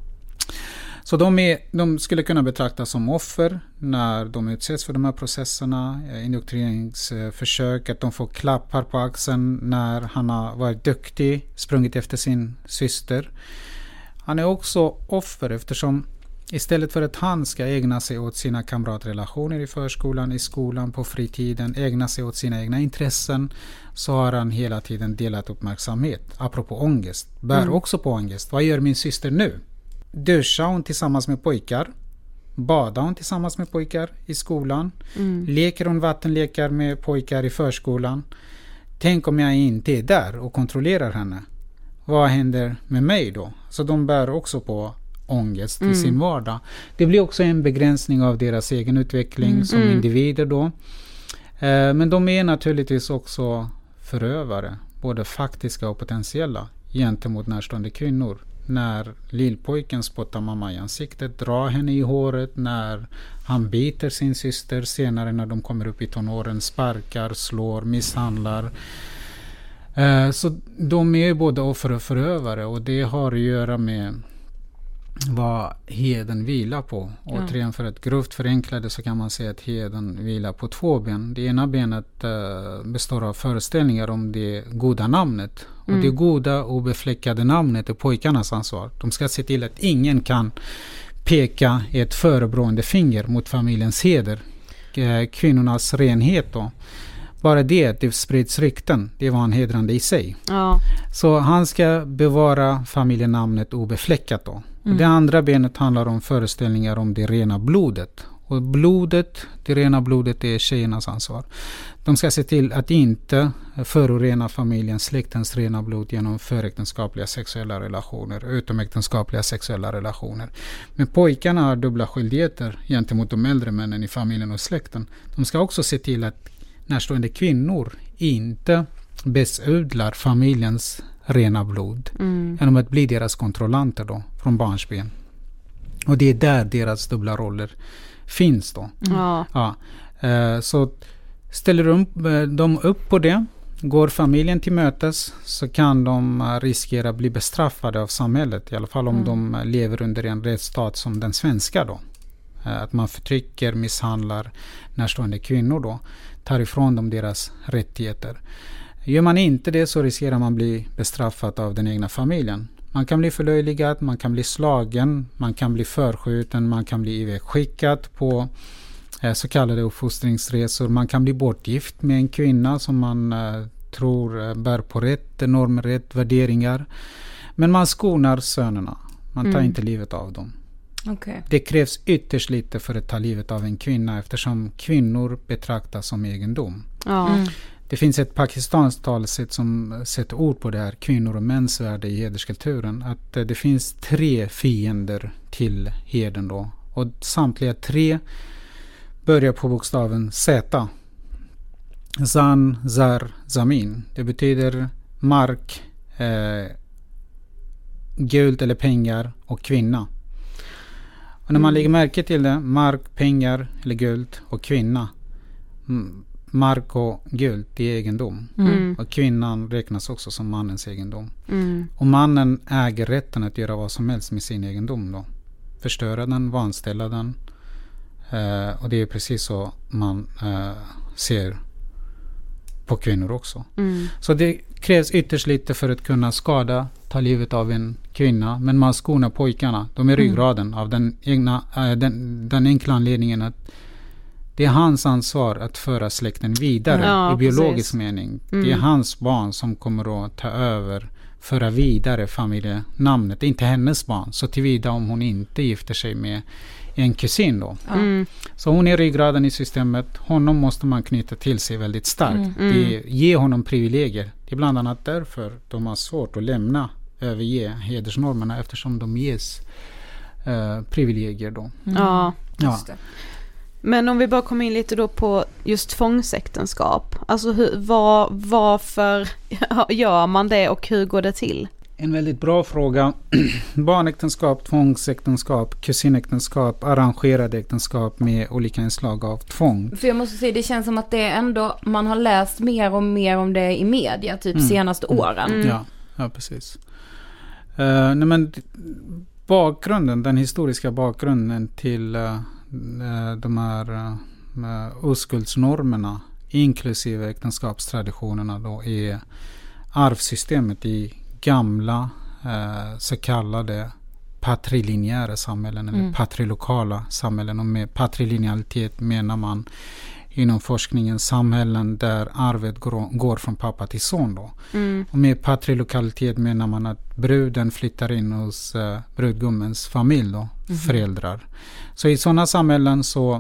Så de, är, de skulle kunna betraktas som offer när de utsätts för de här processerna, eh, indoktrineringsförsök, att de får klappar på axeln när han har varit duktig, sprungit efter sin syster. Han är också offer eftersom istället för att han ska ägna sig åt sina kamratrelationer i förskolan, i skolan, på fritiden, ägna sig åt sina egna intressen, så har han hela tiden delat uppmärksamhet. Apropå ångest, bär Mm. också på ångest. Vad gör min syster nu? Duschar hon tillsammans med pojkar? Badar hon tillsammans med pojkar i skolan? Mm. Leker hon vattenlekar med pojkar i förskolan? Tänk om jag inte är där och kontrollerar henne. Vad händer med mig då? Så de bär också på ångest Mm. i sin vardag. Det blir också en begränsning av deras egen utveckling Mm. som Mm. individer då. Eh, men de är naturligtvis också förövare, både faktiska och potentiella, gentemot närstående kvinnor. När lillpojken spottar mamma i ansiktet, drar henne i håret, när han biter sin syster, senare när de kommer upp i tonåren, sparkar, slår, misshandlar. Eh, så de är både offer och förövare, och det har att göra med vad heden vilar på. Ja. Återigen, för att grovt förenkla det, så kan man säga att heden vilar på två ben. Det ena benet eh, består av föreställningar om det goda namnet. Mm. Och det goda obefläckade namnet är pojkarnas ansvar. De ska se till att ingen kan peka ett förebrående finger mot familjens heder. Eh, kvinnornas renhet då. Bara det att det sprids rykten, det var en hedrande i sig. Ja. Så han ska bevara familjenamnet obefläckat då. Mm. Det andra benet handlar om föreställningar om det rena blodet. Och blodet, det rena blodet, är tjejernas ansvar. De ska se till att inte förorena familjens, släktens rena blod genom föräktenskapliga sexuella relationer, utomäktenskapliga sexuella relationer. Men pojkarna har dubbla skyldigheter gentemot de äldre männen i familjen och släkten. De ska också se till att närstående kvinnor inte besudlar familjens rena blod Mm. genom att bli deras kontrollanter då, från barnsben. Och det är där deras dubbla roller finns då. Ja. Ja. Eh, så ställer de, de upp på det, går familjen till mötes, så kan de eh, riskera att bli bestraffade av samhället, i alla fall om Mm. de eh, lever under en rättsstat som den svenska då. Eh, att man förtrycker, misshandlar närstående kvinnor då, tar ifrån dem deras rättigheter. Gör man inte det, så riskerar man bli bestraffad av den egna familjen. Man kan bli förlöjligad, man kan bli slagen, man kan bli förskjuten, man kan bli ivägskickad på eh, så kallade uppfostringsresor. Man kan bli bortgift med en kvinna som man eh, tror eh, bär på rätt normer, rätt värderingar. Men man skonar sönerna. Man tar Mm. inte livet av dem. Okej. Det krävs ytterst lite för att ta livet av en kvinna, eftersom kvinnor betraktas som egendom. Ja. Mm. Det finns ett pakistanskt talesätt som sätter ord på det här, kvinnor och mäns värde i hederskulturen. Att eh, det finns tre fiender till heden då. Och samtliga tre börjar på bokstaven Z. Zan, Zar, Zamin. Det betyder mark, eh, guld eller pengar och kvinna. Och när man Mm. lägger märke till det, mark, pengar eller guld och kvinna. M- mark och guld, det är egendom. Mm. Och kvinnan räknas också som mannens egendom. Mm. Och mannen äger rätten att göra vad som helst med sin egendom då. Förstöra den, vanställa den. Eh, och det är precis så man eh, ser på kvinnor också. Mm. Så det krävs ytterst lite för att kunna skada, ta livet av en kvinna. Men man skonar pojkarna. De är ryggraden av den, egna, äh, den, den enkla anledningen att det är hans ansvar att föra släkten vidare Ja, i biologisk precis. mening. Mm. Det är hans barn som kommer att ta över, föra vidare familjenamnet. Det är inte hennes barn. Så tillvida om hon inte gifter sig med en kusin då. Ja. Mm. Så hon är ryggraden i systemet. Honom måste man knyta till sig väldigt starkt. Mm. Mm. Det, ge honom privilegier. Det är bland annat därför de har svårt att lämna, överge hedersnormerna eftersom de ges eh, privilegier då. Mm. Ja. Ja. Just det. Men om vi bara kommer in lite då på just tvångsäktenskap. Alltså hur, var, varför gör man det och hur går det till? En väldigt bra fråga. Barnäktenskap, tvångsäktenskap, kusinäktenskap, arrangerade äktenskap med olika inslag av tvång. För jag måste säga, det känns som att det är ändå, man har läst mer och mer om det i media typ Mm. senaste åren. Mm. Ja, ja, precis. Uh, nej men, d- bakgrunden, den historiska bakgrunden till uh, de här uh, oskuldsnormerna inklusive äktenskapstraditionerna då är arvsystemet i gamla uh, så kallade patrilinjära samhällen eller Mm. patrilokala samhällen. Och med patrilinealitet menar man inom forskningen samhällen där arvet går, går från pappa till son då. Mm. Och med patrilokalitet menar man att bruden flyttar in hos uh, brudgummens familj då, Mhm. föräldrar. Så i sådana samhällen så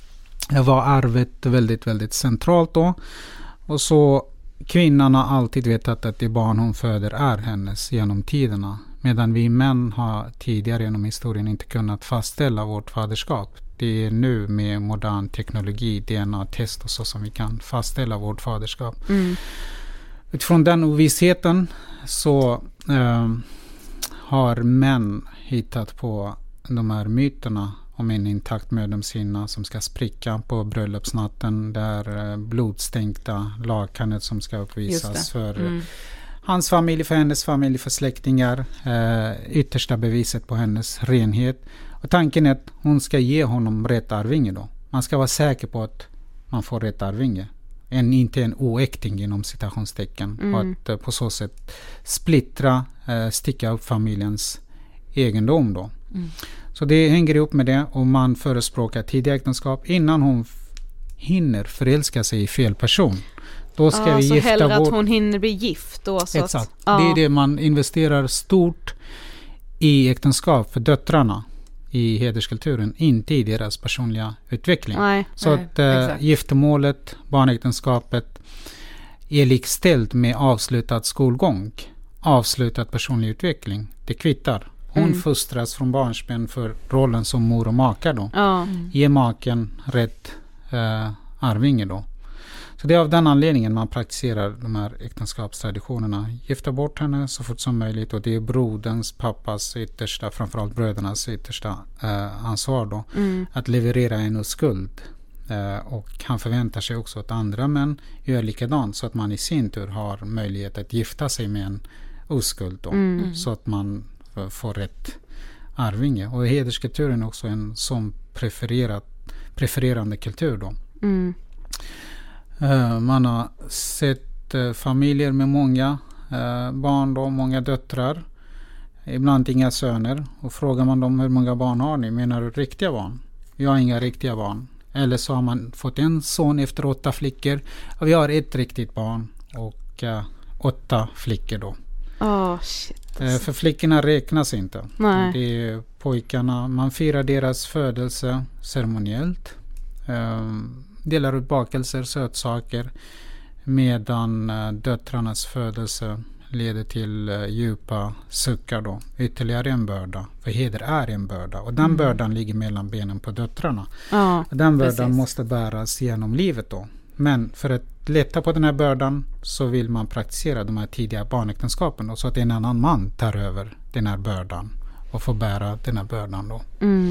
var arvet väldigt, väldigt centralt då. Och så kvinnan har alltid vetat att det barn hon föder är hennes genom tiderna. Medan vi män har tidigare genom historien inte kunnat fastställa vårt faderskap. Det är nu med modern teknologi, D N A-test och så som vi kan fastställa vårt faderskap. Mm. Utifrån den ovissheten så eh, har män hittat på de här myterna om en intakt mödomshinna som ska spricka på bröllopsnatten. Där eh, blodstänkta lakanet som ska uppvisas för Mm. hans familj, för hennes familj, för släktingar. Eh, yttersta beviset på hennes renhet. Och tanken är att hon ska ge honom rätt arvinge då. Man ska vara säker på att man får rätt arvinge. En, inte en oäkting inom citationstecken. Mm. Och att eh, på så sätt splittra, eh, sticka upp familjens egendom då. Mm. Så det hänger ihop med det, och man förespråkar tidiga äktenskap innan hon f- hinner förälska sig i fel person. Då ska Ja, vi så gifta hellre bort. att hon hinner bli gift då. Så Exakt. att, ja. Det är det man investerar stort i äktenskap för döttrarna i hederskulturen, inte i deras personliga utveckling. Nej. Så Nej, att eh, exakt. giftermålet, barnäktenskapet är likställt med avslutad skolgång, avslutad personlig utveckling. Det kvittar. Hon Mm. fostras från barnsben för rollen som mor och maka då. Ja. Mm. Ge maken rätt eh, arvinge då. Så det är av den anledningen man praktiserar de här äktenskapstraditionerna. Gifta bort henne så fort som möjligt, och det är broderns, pappas yttersta, framförallt brödernas yttersta eh, ansvar då. Mm. Att leverera en oskuld. Eh, och han förväntar sig också att andra män gör likadant, så att man i sin tur har möjlighet att gifta sig med en oskuld då. Mm. Mm. Så att man f- får rätt arvinge. Och hederskulturen är också en sån prefererad, prefererande kultur då. Mm. Eh, man har sett eh, familjer med många eh, barn då, många döttrar. Ibland inga söner. Och frågar man dem hur många barn har ni? Menar du riktiga barn? Vi har inga riktiga barn. Eller så har man fått en son efter åtta flickor. Och vi har ett riktigt barn och eh, åtta flickor då. Åh, shit. Eh, för flickorna räknas inte. Nej. Det är pojkarna. Man firar deras födelse ceremoniellt. Eh, delar ut bakelser, sötsaker. Medan eh, döttrarnas födelse leder till eh, djupa suckar då. Ytterligare en börda. För heder är en börda. Och den Mm. bördan ligger mellan benen på döttrarna. Ja. Och den bördan Precis. måste bäras genom livet då. Men för att att lätta på den här bördan så vill man praktisera de här tidiga barnäktenskapen då, så att en annan man tar över den här bördan och får bära den här bördan då. Mm.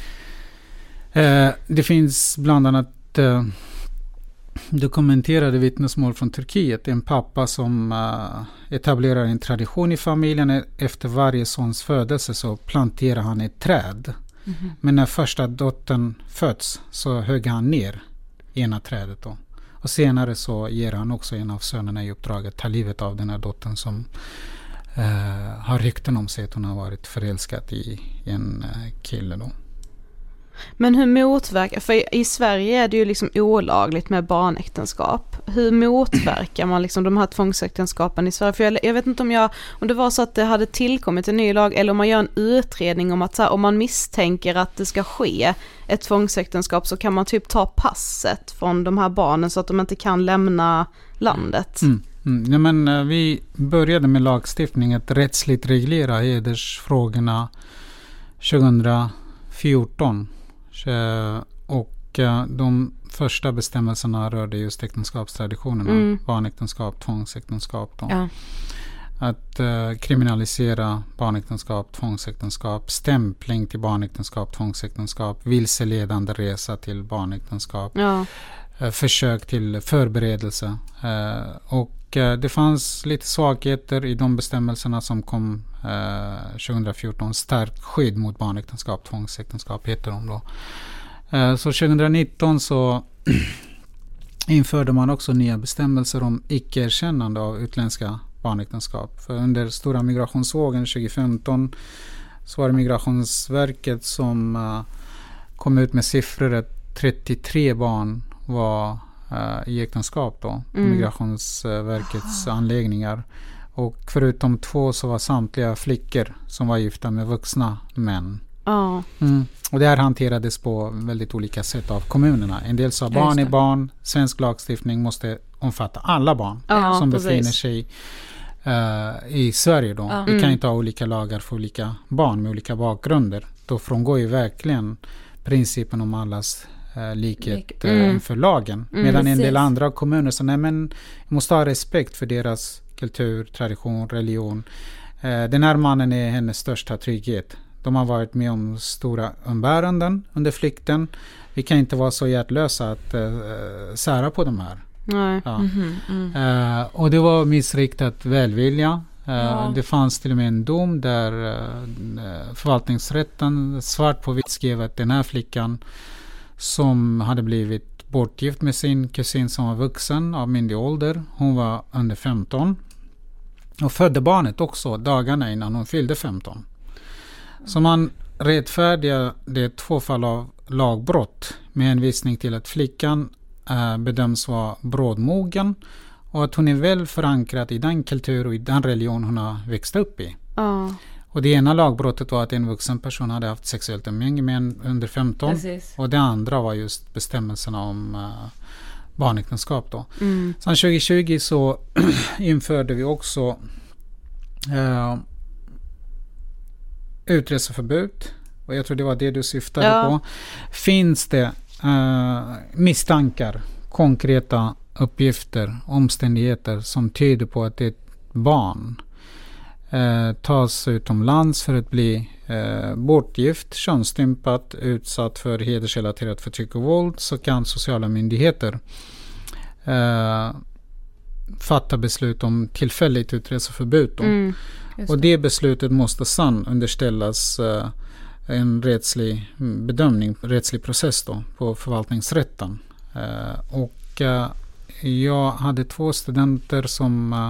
Eh, det finns bland annat eh, dokumenterade vittnesmål från Turkiet. En pappa som uh, etablerar en tradition i familjen. Efter varje sons födelse så planterar han ett träd. Mm-hmm. Men när första dottern föds så högg han ner ena trädet då. Och senare så ger han också en av sönerna i uppdrag att ta livet av den här dottern som uh, har rykten om sig att hon har varit förälskad i en uh, kille då. Men hur motverkar, för i Sverige är det ju liksom olagligt med barnäktenskap. Hur motverkar man liksom de här tvångsäktenskapen i Sverige? För jag, jag vet inte om jag, om det var så att det hade tillkommit en ny lag eller om man gör en utredning om att så här, om man misstänker att det ska ske ett tvångsäktenskap så kan man typ ta passet från de här barnen så att de inte kan lämna landet. Mm. Mm. Ja, men, uh, vi började med lagstiftning att rättsligt reglera hedersfrågorna tjugohundrafjorton. Och de första bestämmelserna rörde just äktenskapstraditionerna, mm. barnäktenskap, tvångsäktenskap. Då. Ja. Att uh, kriminalisera barnäktenskap, tvångsäktenskap, stämpling till barnäktenskap, tvångsäktenskap, vilseledande resa till barnäktenskap, ja. uh, försök till förberedelse. Uh, och uh, det fanns lite svagheter i de bestämmelserna som kom Uh, tjugohundrafjorton, starkt skydd mot barnäktenskap, tvångsäktenskap heter de då. Uh, så tjugohundranitton så införde man också nya bestämmelser om icke-erkännande av utländska barnäktenskap. För under stora migrationsvågen tjugofemton så var det Migrationsverket som uh, kom ut med siffror att trettiotre barn var uh, i äktenskap då, på mm. Migrationsverkets anläggningar. Och förutom två så var samtliga flickor som var gifta med vuxna män. Oh. Mm. Och det här hanterades på väldigt olika sätt av kommunerna. En del sa barn är barn. Svensk lagstiftning måste omfatta alla barn oh, som precis. befinner sig uh, i Sverige. Då. Oh. Vi kan mm. inte ha olika lagar för olika barn med olika bakgrunder. Då frångår ju verkligen principen om allas uh, likhet mm. uh, för lagen. Mm, Medan precis. en del andra kommuner så nej men vi måste ha respekt för deras kultur, tradition, religion. Eh, den här mannen är hennes största trygghet. De har varit med om stora umbäranden under flykten. Vi kan inte vara så hjärtlösa att eh, sära på de här. Nej. Ja. Mm-hmm, mm. Eh, och det var missriktat välvilja. Eh, ja. Det fanns till och med en dom där eh, förvaltningsrätten svart på vitt skrev att den här flickan som hade blivit bortgift med sin kusin som var vuxen av myndig ålder. Hon var under femton. Och födde barnet också dagarna innan hon fyllde femton. Så man rättfärdigar det två fall av lagbrott med hänvisning till att flickan äh, bedöms vara brådmogen och att hon är väl förankrad i den kultur och i den religion hon har växt upp i. Uh. Och det ena lagbrottet var att en vuxen person hade haft sexuellt umgänge med en under femton. Precis. Och det andra var just bestämmelserna om uh, barnäktenskap då. Mm. Sen tjugohundratjugo så införde vi också uh, utreseförbud. Och jag tror det var det du syftade ja. på. Finns det uh, misstankar, konkreta uppgifter, omständigheter som tyder på att ett barn uh, tas utomlands för att bli uh, bortgift, könsstympat, utsatt för hedersrelaterat förtryck och våld, så kan sociala myndigheter uh, fatta beslut om tillfälligt utreseförbud. Då. Mm. Och det beslutet måste sedan underställas uh, en rättslig bedömning, rättslig process då, på förvaltningsrätten. Uh, och uh, jag hade två studenter som uh,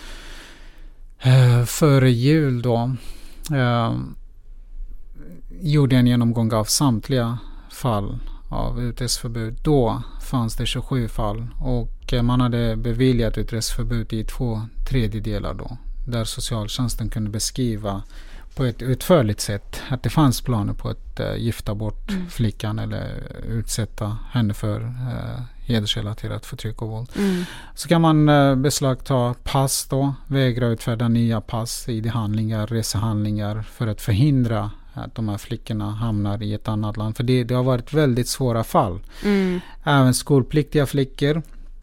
uh, före jul då uh, gjorde en genomgång av samtliga fall av utreseförbud. Då fanns det tjugosju fall och uh, man hade beviljat utreseförbud i två tredjedelar då, där socialtjänsten kunde beskriva på ett utförligt sätt att det fanns planer på att uh, gifta bort mm. flickan eller utsätta henne för uh, hedersrelaterat förtryck och våld. Mm. Så kan man uh, beslagta pass då, vägra utfärda nya pass, I D-handlingar, resehandlingar för att förhindra att de här flickorna hamnar i ett annat land. För det, det har varit väldigt svåra fall. Mm. Även skolpliktiga flickor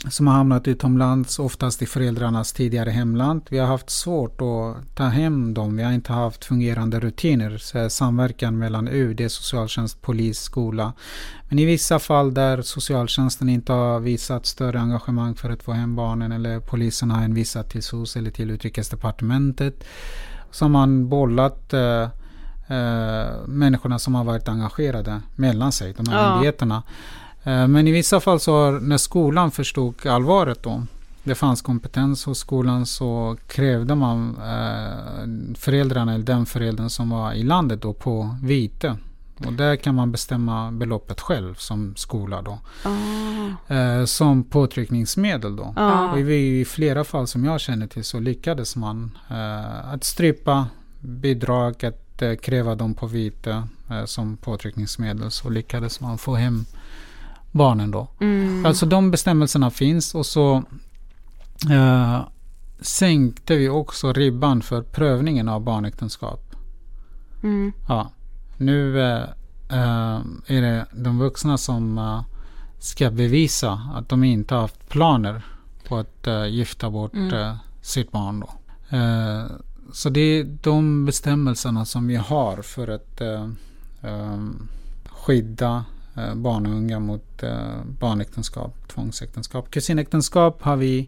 som har hamnat utomlands, oftast i föräldrarnas tidigare hemland. Vi har haft svårt att ta hem dem. Vi har inte haft fungerande rutiner, så samverkan mellan U D, socialtjänst, polis, skola. Men i vissa fall där socialtjänsten inte har visat större engagemang för att få hem barnen, eller polisen har hänvisat till S O S eller till Utrikesdepartementet, så har man bollat eh, eh, människorna som har varit engagerade mellan sig, de här Ja. myndigheterna. Men i vissa fall så har, när skolan förstod allvaret då, det fanns kompetens hos skolan, så krävde man eh, föräldrarna eller den föräldern som var i landet då på vite. Och där kan man bestämma beloppet själv som skola då. Ah. Eh, som påtryckningsmedel då. Ah. Och i, i flera fall som jag känner till så lyckades man eh, att strypa bidrag, att eh, kräva dem på vite eh, som påtryckningsmedel, så lyckades man få hem barnen då. Mm. Alltså de bestämmelserna finns, och så eh, sänkte vi också ribban för prövningen av barnäktenskap. Mm. Ja. Nu eh, eh, är det de vuxna som eh, ska bevisa att de inte har haft planer på att eh, gifta bort Mm. eh, sitt barn då. Eh, så det är de bestämmelserna som vi har för att eh, eh, skydda eh, barn och unga mot eh, barnäktenskap, tvångsäktenskap. Kusinäktenskap har vi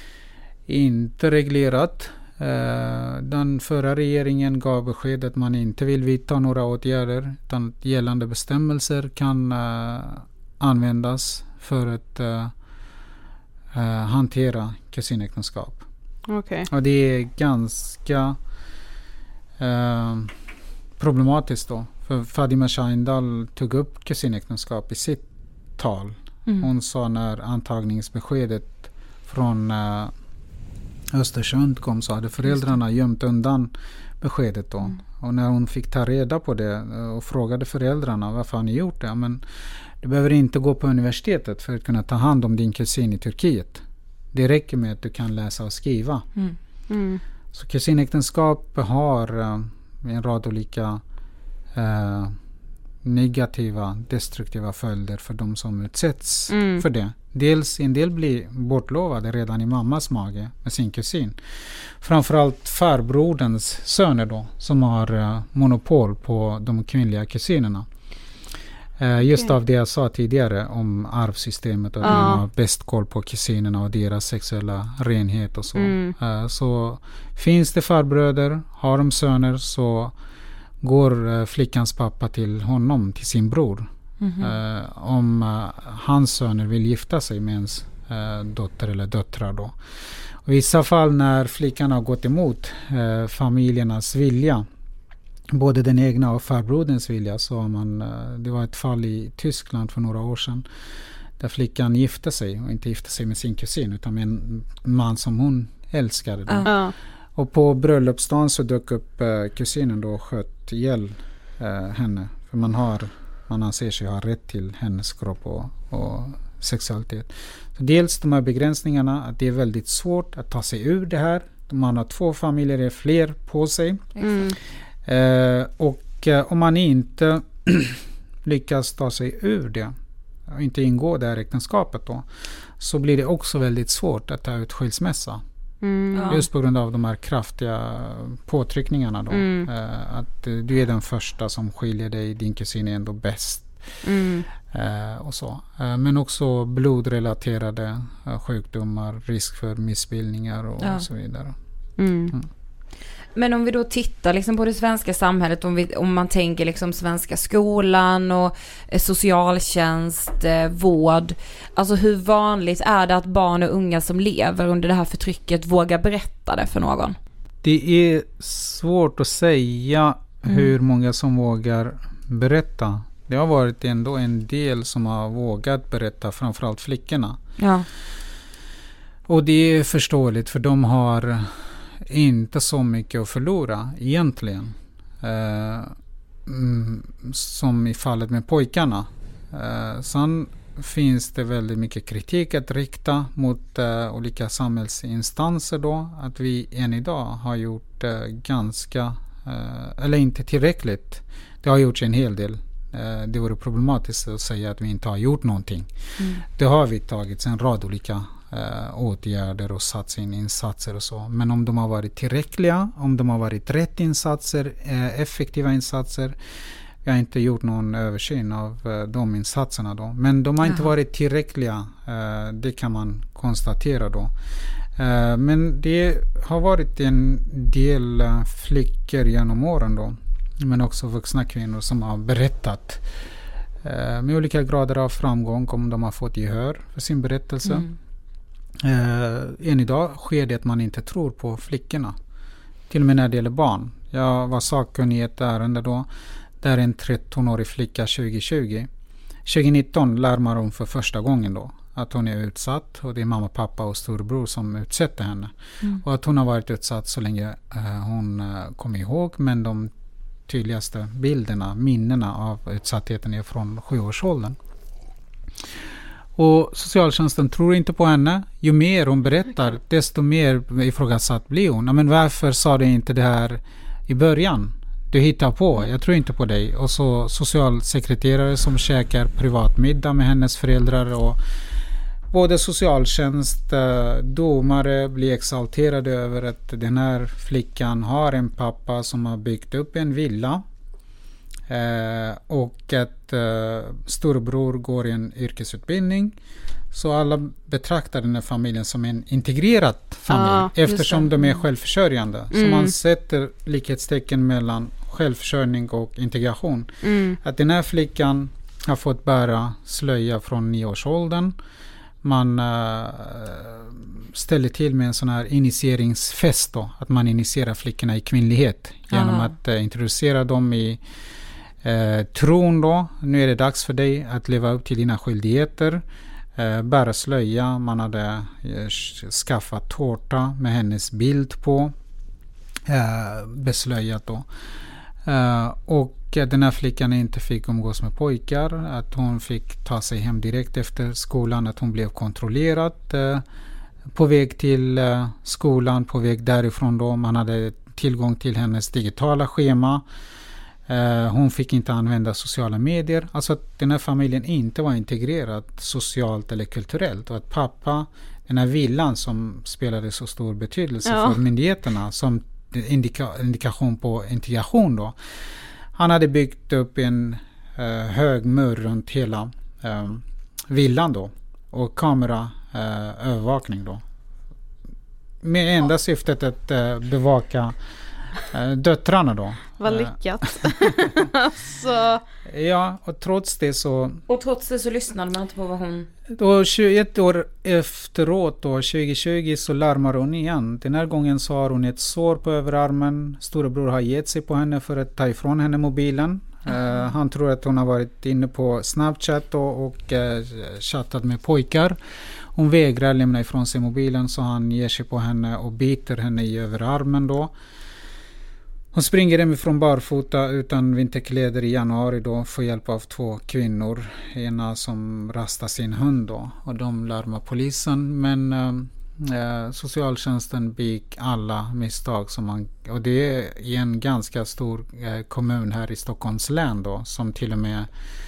inte reglerat. Eh, den förra regeringen gav besked att man inte vill vidta några åtgärder, utan gällande bestämmelser kan eh, användas för att eh, eh, hantera kusinäktenskap. Okej. Och det är ganska eh, problematiskt då. För Fadime Sahindal tog upp kusinäktenskap i sitt tal. Mm. Hon sa när antagningsbeskedet från eh, Östersund kom, så hade föräldrarna gömt undan beskedet då. Mm. Och när hon fick ta reda på det och frågade föräldrarna, varför har ni gjort det? Men du behöver inte gå på universitetet för att kunna ta hand om din kusin i Turkiet. Det räcker med att du kan läsa och skriva. Mm. Mm. Så kusinäktenskap har uh, en rad olika uh, negativa, destruktiva följder för de som utsätts Mm. för det. Dels en del blir bortlovade redan i mammas mage med sin kusin. Framförallt farbroderns söner då, som har uh, monopol på de kvinnliga kusinerna. Uh, just Okej. av det jag sa tidigare om arvsystemet, och att Ja. man har bäst koll på kusinerna och deras sexuella renhet och så. Mm. Uh, så finns det farbröder, har de söner, så går uh, flickans pappa till honom, till sin bror. Mhm. Uh, om uh, hans söner vill gifta sig med ens uh, dotter eller döttrar då. Och i vissa fall när flickan har gått emot uh, familjernas vilja, både den egna och farbroderns vilja, så har man, uh, det var ett fall i Tyskland för några år sedan där flickan gifte sig, och inte gifte sig med sin kusin utan med en man som hon älskade då. Ja. Ja. Och på bröllopsdagen så dök upp uh, kusinen då och sköt ihjäl uh, henne. För man har Man anser sig ha rätt till hennes kropp och, och sexualitet. Så dels de här begränsningarna, att det är väldigt svårt att ta sig ur det här. Man har två familjer, det är fler på sig. Mm. Eh, och eh, om man inte lyckas ta sig ur det och inte ingå det här äktenskapet då, så blir det också väldigt svårt att ta ut skilsmässa. Mm. Ja. Just på grund av de här kraftiga påtryckningarna då. Mm. Eh, att eh, du är den första som skiljer dig, din kusin är ändå bäst. Mm. Eh, och så. Eh, men också blodrelaterade eh, sjukdomar, risk för missbildningar och, Ja. och så vidare. Mm. Men om vi då tittar liksom på det svenska samhället, om, vi, om man tänker liksom svenska skolan och eh, socialtjänst, eh, vård. Alltså hur vanligt är det att barn och unga som lever under det här förtrycket vågar berätta det för någon? Det är svårt att säga Mm. hur många som vågar berätta. Det har varit ändå en del som har vågat berätta, framförallt flickorna. Ja. Och det är förståeligt, för de har inte så mycket att förlora egentligen. Eh, mm, som i fallet med pojkarna. Eh, sen finns det väldigt mycket kritik att rikta mot eh, olika samhällsinstanser då. Att vi än idag har gjort eh, ganska, eh, eller inte tillräckligt. Det har gjorts en hel del. Eh, det vore problematiskt att säga att vi inte har gjort någonting. Mm. Det har vi tagit en rad olika eh, åtgärder och satt in insatser och så. Men om de har varit tillräckliga, om de har varit rätt insatser, eh, effektiva insatser. Jag har inte gjort någon översyn av eh, de insatserna då. Men de har inte Jaha. varit tillräckliga. Eh, det kan man konstatera då. Eh, men det har varit en del eh, flickor genom åren då. Men också vuxna kvinnor som har berättat eh, med olika grader av framgång om de har fått gehör för sin berättelse. Mm. Eh, än idag sker det att man inte tror på flickorna. Till och med när det gäller barn. Jag var sakkunnig i ett ärende då. Där en trettonårig flicka tjugo tjugo. tjugo nitton larmar hon för första gången då. Att hon är utsatt. Och det är mamma, pappa och storbror som utsätter henne. Mm. Och att hon har varit utsatt så länge eh, hon eh, kommer ihåg. Men de tydligaste bilderna, minnena av utsattheten är från sjuårsåldern. Och socialtjänsten tror inte på henne. Ju mer hon berättar, desto mer ifrågasatt blir hon. Men varför sa du inte det här i början? Du hittar på, jag tror inte på dig. Och så socialsekreterare som käkar privatmiddag med hennes föräldrar. Och både socialtjänst, domare blir exalterade över att den här flickan har en pappa som har byggt upp en villa. Eh, och att eh, storbror går i en yrkesutbildning. Så alla betraktar den här familjen som en integrerad familj. Ja, eftersom det. de är självförsörjande. Mm. Så man sätter likhetstecken mellan självförsörjning och integration. Mm. Att den här flickan har fått bära slöja från nioårsåldern. Man uh, ställer till med en sån här initieringsfest då. Att man initierar flickorna i kvinnlighet. Genom Aha. att uh, introducera dem i uh, tron då. Nu är det dags för dig att leva upp till dina skyldigheter. Uh, bära slöja. Man hade uh, skaffat tårta med hennes bild på. Uh, beslöjat då. Uh, och den här flickan inte fick umgås med pojkar. Att hon fick ta sig hem direkt efter skolan. Att hon blev kontrollerad uh, på väg till uh, skolan. På väg därifrån då. Man hade tillgång till hennes digitala schema. Uh, hon fick inte använda sociala medier. Alltså att den här familjen inte var integrerad socialt eller kulturellt. Och att pappa, den här villan som spelade så stor betydelse Ja. för myndigheterna som indika- indikation på integration då. Han hade byggt upp en uh, hög mur runt hela uh, villan då. Och kameraövervakning uh, då. Med enda syftet att uh, bevaka uh, döttrarna då. Vad Uh, lyckat. Så, Ja, och trots det så... Och trots det så lyssnade man inte på vad hon... Då tjugoett år efteråt då, tjugo tjugo, så larmar hon igen. Den här gången så har hon ett sår på överarmen. Storebror har gett sig på henne för att ta ifrån henne mobilen. Uh, han tror att hon har varit inne på Snapchat då, och uh, chattat med pojkar. Hon vägrar lämna ifrån sig mobilen, så han ger sig på henne och biter henne i överarmen då. Hon springer hemifrån barfota utan vinterkläder i januari då, får hjälp av två kvinnor. Ena som rastar sin hund då, och de larmar polisen. Men eh, socialtjänsten begick alla misstag som man, och det är i en ganska stor eh, kommun här i Stockholms län då, som till och med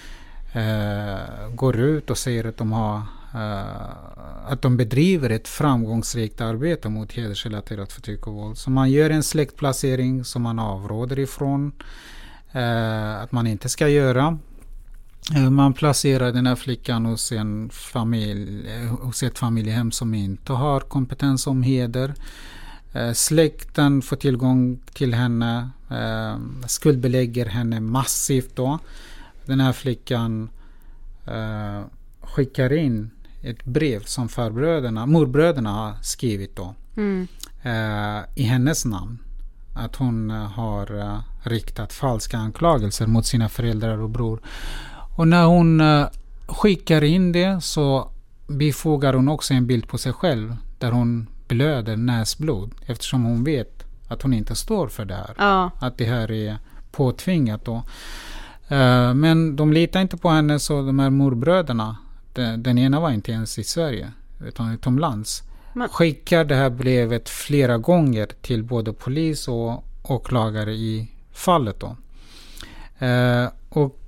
eh, går ut och säger att de har Uh, att de bedriver ett framgångsrikt arbete mot hedersrelaterat förtryck och våld. Så man gör en släktplacering som man avråder ifrån uh, att man inte ska göra. Uh, man placerar den här flickan hos, en familj, uh, hos ett familjehem som inte har kompetens om heder. Uh, släkten får tillgång till henne, uh, skuldbelägger henne massivt då. Den här flickan uh, skickar in ett brev som farbröderna, morbröderna har skrivit då. mm. Eh, i hennes namn. Att hon eh, har eh, riktat falska anklagelser mot sina föräldrar och bror. Och när hon eh, skickar in det så bifogar hon också en bild på sig själv där hon blöder näsblod, eftersom hon vet att hon inte står för det här. Ja. Att det här är påtvingat då. Eh, men de litar inte på henne, så de här morbröderna, den, den ena var inte ens i Sverige utan utomlands, Men- skickar det här brevet flera gånger till både polis och åklagare i fallet då. Eh, och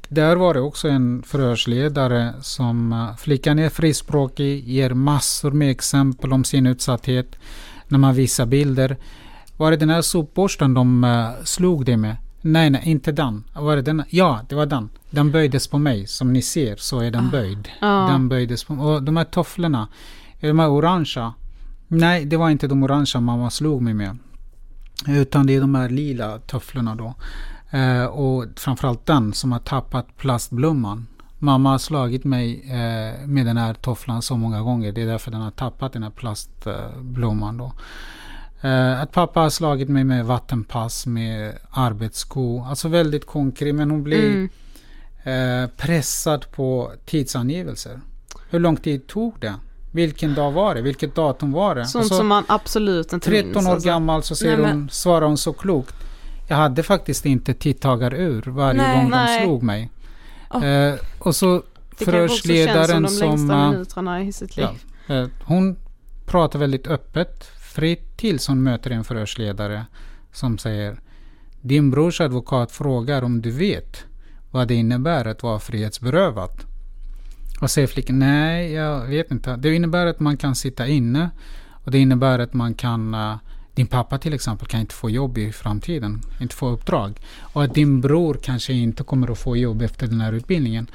där var det också en förhörsledare som, uh, flickan är frispråkig, ger massor med exempel om sin utsatthet. När man visar bilder. Var det den här sopborsten de uh, slog det med? Nej, nej, inte den. Var det den? Ja, det var den. Den böjdes på mig. Som ni ser så är den böjd. Ah. Den böjdes på. Och de här tofflorna, är de här orangea? Nej, det var inte de orangea mamma slog mig med. Utan det är de här lila tofflorna då. Uh, och framförallt den som har tappat plastblomman. Mamma har slagit mig uh, med den här tofflan så många gånger. Det är därför den har tappat den här plastblomman då. Uh, att pappa har slagit mig med vattenpass, med arbetssko. Alltså väldigt konkret, men hon blir mm. uh, pressad på tidsangivelser. Hur lång tid tog det? Vilken dag var det? Vilket datum var det? Sånt alltså, som man absolut inte minns. tretton år alltså. Gammal så säger nej, hon, men... svarar hon så klokt. Jag hade faktiskt inte tidtagarur varje nej, gång nej. de slog mig. Oh. Uh, och så förhörsledaren som... Det som de längsta minuterna i sitt liv. Ja, uh, hon pratar väldigt öppet. Fritt tills hon möter en förhörsledare som säger: din brors advokat frågar om du vet vad det innebär att vara frihetsberövad. Och säger flickan: nej, jag vet inte. Det innebär att man kan sitta inne, och det innebär att man kan, uh, din pappa till exempel kan inte få jobb i framtiden, inte få uppdrag, och att din bror kanske inte kommer att få jobb efter den här utbildningen.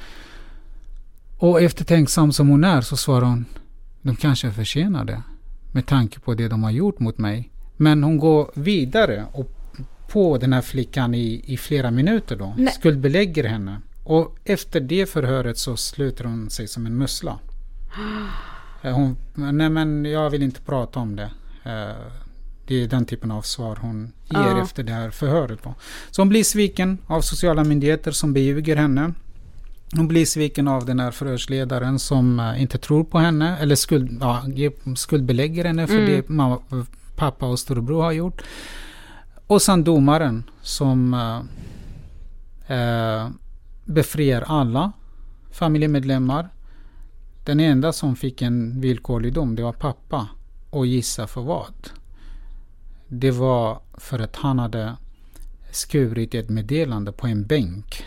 Och eftertänksam som hon är så svarar hon: de kanske är försenade med tanke på det de har gjort mot mig. Men hon går vidare och på den här flickan i, i flera minuter då. Nej. Skuldbelägger henne. Och efter det förhöret så sluter hon sig som en mussla. Hon, nej men jag vill inte prata om det. Det är den typen av svar hon ger ja. efter det här förhöret då. Så hon blir sviken av sociala myndigheter som beljuger henne. Hon blir sviken av den här förhörsledaren som uh, inte tror på henne eller skuld, ja, skuldbelägger henne för mm. det mamma, pappa och storebror har gjort. Och sen domaren som uh, uh, befriar alla familjemedlemmar. Den enda som fick en villkorlig dom, det var pappa. Och gissa för vad? Det var för att han hade skurit ett meddelande på en bänk.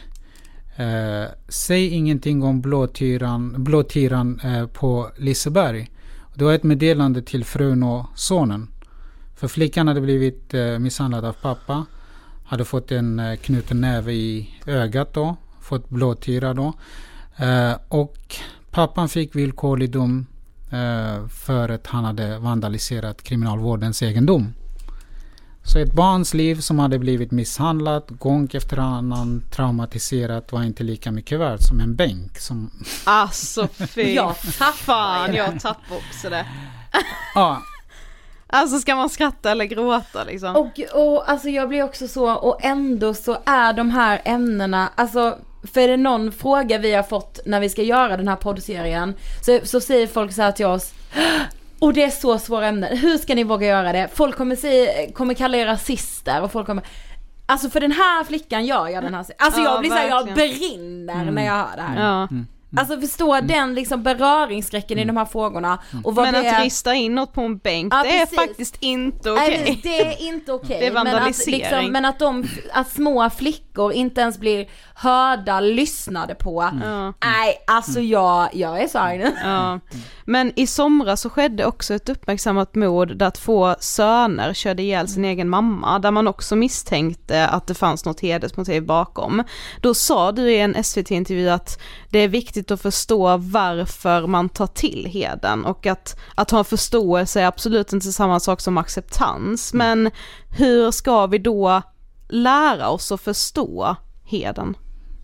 Uh, säg ingenting om blåtyran, blåtyran uh, på Liseberg. Det var ett meddelande till frun och sonen. För flickan hade blivit uh, misshandlad av pappa. Hade fått en uh, knuten näve i ögat då. Fått blåtyra då. Uh, och pappan fick villkorlig dom uh, för att han hade vandaliserat kriminalvårdens egendom. Så ett barns liv som hade blivit misshandlat gång efter annan, traumatiserat, var inte lika mycket värt som en bänk. Som alltså fy jag fan, jag tappar också det. Ja. Alltså ska man skratta eller gråta liksom? Och, och alltså jag blir också så, och ändå så är de här ämnena, alltså för är det någon fråga vi har fått när vi ska göra den här poddserien, så, så säger folk så här till oss: och det är så svåra ämnen. Hur ska ni våga göra det? Folk kommer säga, kommer kalla er rasister, och folk kommer... Alltså för den här flickan gör jag den här... Alltså ja, jag blir så här, jag brinner mm. när jag hör det här. Ja. Mm. Alltså förstå mm. den liksom beröringsskräcken mm. i de här frågorna. Och vad men det att är... rista in något på en bänk, ja, det är faktiskt inte okej. Okay. Nej, det är inte okej. Okay. Det är vandalisering. Men, att, liksom, men att, de, att små flickor inte ens blir hörda, lyssnade på. Mm. Nej, alltså jag, jag är så arg nu. Ja. Men i somras så skedde också ett uppmärksammat mord där två söner körde ihjäl sin egen mamma, där man också misstänkte att det fanns något hedersmotiv bakom. Då sa du i en S V T-intervju att det är viktigt att förstå varför man tar till heden, och att, att ha förståelse är absolut inte samma sak som acceptans. Men hur ska vi då lära oss att förstå heden?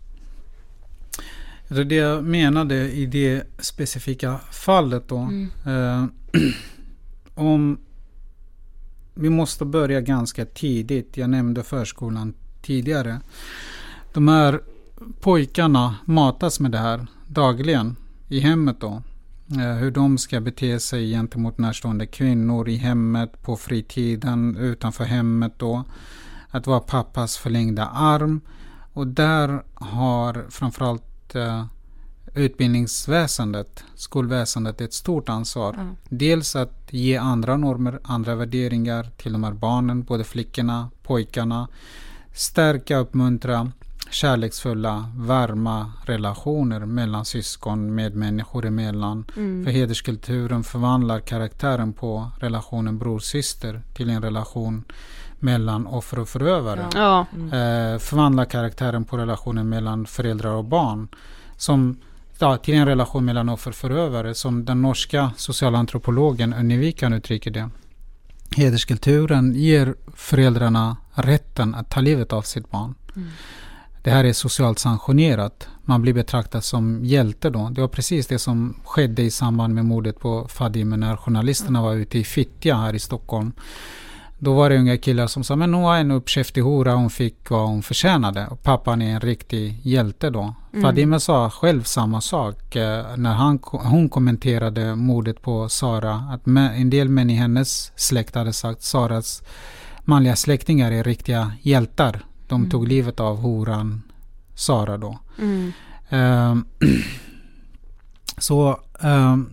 Det jag menade i det specifika fallet då, mm. eh, om vi måste börja ganska tidigt. Jag nämnde förskolan tidigare. De här pojkarna matas med det här dagligen i hemmet då. Eh, hur de ska bete sig gentemot närstående kvinnor i hemmet, på fritiden, utanför hemmet då. Att vara pappas förlängda arm. Och där har framförallt Uh, utbildningsväsendet, skolväsendet ett stort ansvar. Mm. Dels att ge andra normer, andra värderingar till de här barnen, både flickorna, pojkarna. Stärka, uppmuntra kärleksfulla, varma relationer mellan syskon, med människor emellan. Mm. För hederskulturen förvandlar karaktären på relationen bror-syster till en relation mellan offer och förövare. Ja. Mm. Eh, förvandlar karaktären på relationen mellan föräldrar och barn som, ja, till en relation mellan offer och förövare, som den norska socialantropologen Univikan uttrycker det. Hederskulturen ger föräldrarna rätten att ta livet av sitt barn. Mm. Det här är socialt sanktionerat. Man blir betraktad som hjälte då. Det var precis det som skedde i samband med mordet på Fadime när journalisterna var ute i Fittja här i Stockholm. Då var det unga killar som sa, men hon var en uppkäftig hora, hon fick vad hon förtjänade. Och pappan är en riktig hjälte då. Mm. Fadime sa själv samma sak eh, när han, hon kommenterade mordet på Sara. Att en del män i hennes släkt hade sagt Saras manliga släktingar är riktiga hjältar. De Mm. tog livet av horan Sara då. Mm. Um, så um,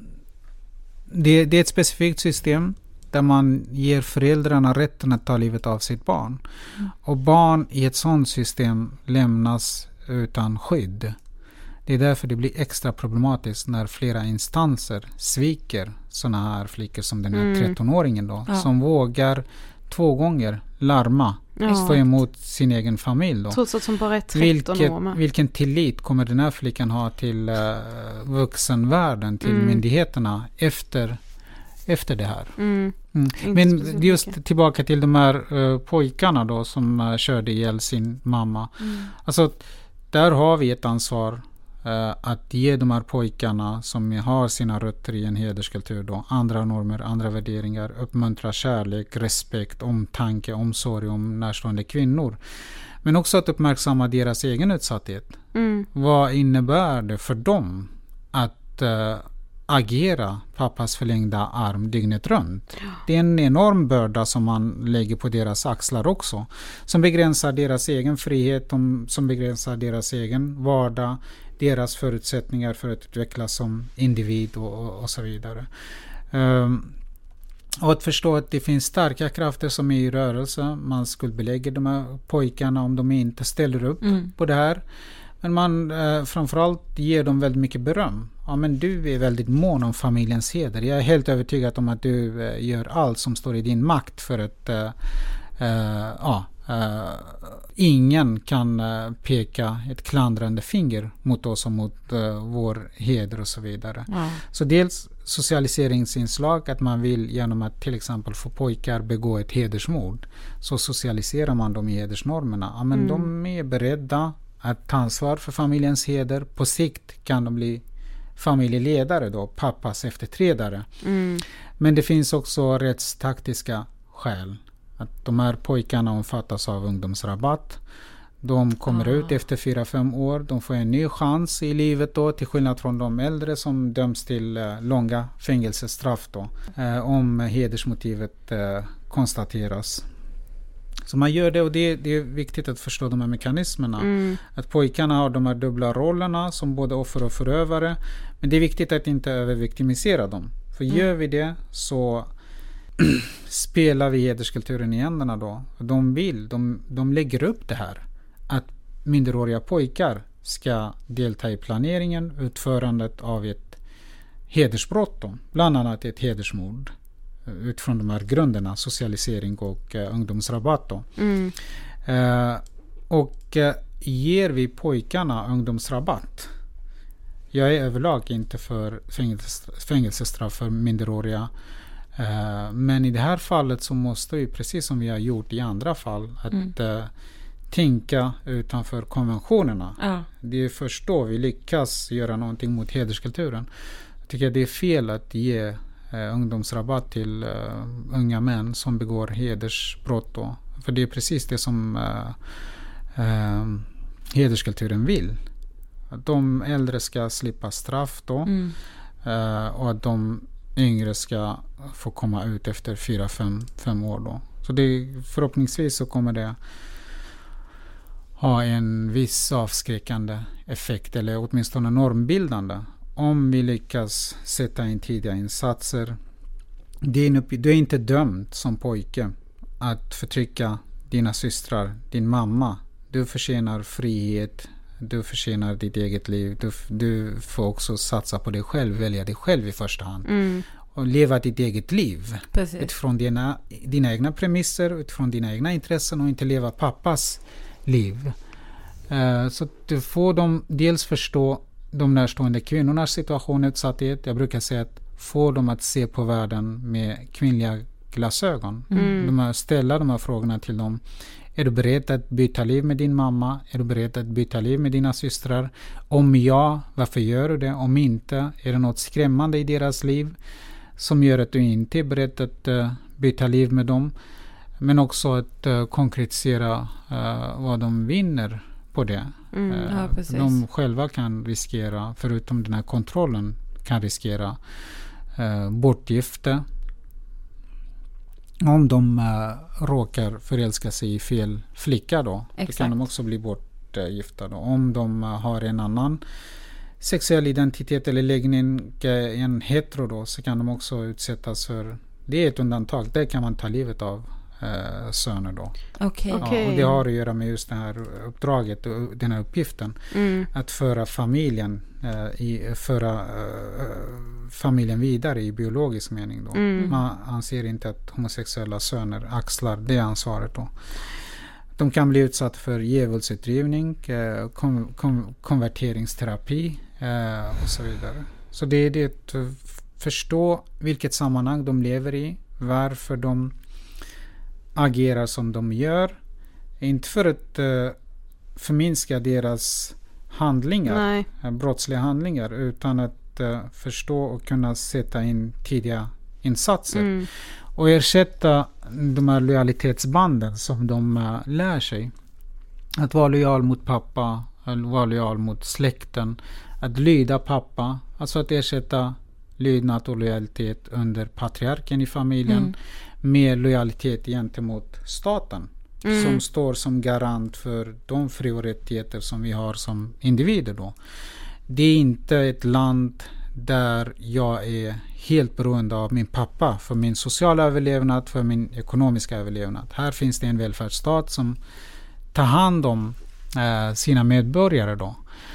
det, det är ett specifikt system där man ger föräldrarna rätten att ta livet av sitt barn. Mm. Och barn i ett sådant system lämnas utan skydd. Det är därför det blir extra problematiskt när flera instanser sviker sådana här flickor som den här Mm. trettonåringen då, Ja. som vågar två gånger larma, Ja. stå emot sin egen familj då. Trots att hon bara är tretton Vilket, år med. vilken tillit kommer den här flickan ha till uh, vuxenvärlden, till Mm. myndigheterna efter, efter det här? Mm. Mm. Inte Men speciellt just mycket. tillbaka till de här uh, pojkarna då som uh, körde ihjäl sin mamma. Mm. Alltså, där har vi ett ansvar uh, att ge de här pojkarna som har sina rötter i en hederskultur då, andra normer, andra värderingar, uppmuntra kärlek, respekt, omtanke, omsorg om närstående kvinnor. Men också att uppmärksamma deras egen utsatthet. Mm. Vad innebär det för dem att uh, agera pappas förlängda arm dygnet runt? Det är en enorm börda som man lägger på deras axlar också. Som begränsar deras egen frihet, som begränsar deras egen vardag, deras förutsättningar för att utvecklas som individ och, och, och så vidare. Um, och att förstå att det finns starka krafter som är i rörelse. Man skuldbelägger de här pojkarna om de inte ställer upp Mm. på det här. Men man eh, framförallt ger dem väldigt mycket beröm. Ja, men du är väldigt mån om familjens heder. Jag är helt övertygad om att du eh, gör allt som står i din makt för att eh, eh, ja, eh, ingen kan eh, peka ett klandrande finger mot oss och mot eh, vår heder och så vidare. Ja. Så dels socialiseringsinslag, att man vill genom att till exempel få pojkar begå ett hedersmord, så socialiserar man dem i hedersnormerna. Ja, men Mm. de är beredda att ta ansvar för familjens heder. På sikt kan de bli familjeledare då, pappas efterträdare. Mm. Men det finns också rättstaktiska skäl. Att de här pojkarna omfattas av ungdomsrabatt. De kommer Ah. ut efter fyra fem år. De får en ny chans i livet då, till skillnad från de äldre som döms till eh, långa fängelsestraff då, eh, om hedersmotivet eh, konstateras. Så man gör det, och det, det är viktigt att förstå de här mekanismerna. Mm. Att pojkarna har de här dubbla rollerna som både offer och förövare. Men det är viktigt att inte överviktimisera dem. För Mm. gör vi det så spelar vi hederskulturen i händerna då. De vill, de, de lägger upp det här. Att minderåriga pojkar ska delta i planeringen, utförandet av ett hedersbrott då. Bland annat ett hedersmord. Utifrån de här grunderna, socialisering och uh, ungdomsrabatt då. Mm. Uh, och uh, ger vi pojkarna ungdomsrabatt, jag är överlag inte för fängelse, fängelsestraff för minderåriga, uh, men i det här fallet så måste vi, precis som vi har gjort i andra fall, att Mm. uh, tänka utanför konventionerna. Ja. Det är först då vi lyckas göra någonting mot hederskulturen. Jag tycker att det är fel att ge Uh, ungdomsrabatt till uh, unga män som begår hedersbrott då. För det är precis det som uh, uh, hederskulturen vill. Att de äldre ska slippa straff då, Mm. uh, och att de yngre ska få komma ut efter fyra, fem, fem år då. Så det, förhoppningsvis så kommer det ha en viss avskräckande effekt, eller åtminstone normbildande. Om vi lyckas sätta in tidiga insatser. Det är en uppgift, du är inte dömd som pojke att förtrycka dina systrar, din mamma, Du förtjänar frihet. Du förtjänar ditt eget liv. Du, du får också satsa på dig själv, välja dig själv i första hand. Mm. Och leva ditt eget liv. Precis. Utifrån dina, dina egna premisser, utifrån dina egna intressen och inte leva pappas liv. Uh, så att du får dem dels förstå de närstående kvinnornas situation, utsatthet. Jag brukar säga att få dem att se på världen med kvinnliga glasögon. Mm. De här, ställa de här frågorna till dem. Är du beredd att byta liv med din mamma? Är du beredd att byta liv med dina systrar? Om ja, varför gör du det? Om inte, är det något skrämmande i deras liv som gör att du inte är beredd att uh, byta liv med dem? Men också att uh, konkretisera uh, vad de vinner på det. Mm. Uh, Ja, precis. de själva kan riskera, förutom den här kontrollen, kan riskera uh, bortgifte. Om de uh, råkar förälska sig i fel flicka då, då kan de också bli bortgifta. Då. Om de uh, har en annan sexuell identitet eller läggning uh, en hetero då, så kan de också utsättas för, det är ett undantag, där kan man ta livet av uh, söner då. Okej. Okej. Ja, och det har att göra med just det här uppdraget och den här uppgiften. Mm. Att föra familjen uh, i, föra uh, familjen vidare i biologisk mening då. Mm. Man anser inte att homosexuella söner axlar det ansvaret då. De kan bli utsatta för djävulsutdrivning, eh, kom, kom, konverteringsterapi eh, och så vidare. Så det är det att förstå vilket sammanhang de lever i, varför de agerar som de gör. Inte för att eh, förminska deras handlingar, Nej. eh, brottsliga handlingar, utan att förstå och kunna sätta in tidiga insatser. Mm. Och ersätta de här lojalitetsbanden som de uh, lär sig. Att vara lojal mot pappa, att vara lojal mot släkten, att lyda pappa, alltså att ersätta lydnad och lojalitet under patriarken i familjen Mm. med lojalitet gentemot staten. Mm. Som står som garant för de fri- och rättigheter som vi har som individer då. Det är inte ett land där jag är helt beroende av min pappa för min sociala överlevnad, för min ekonomiska överlevnad. Här finns det en välfärdsstat som tar hand om eh, sina medborgare då.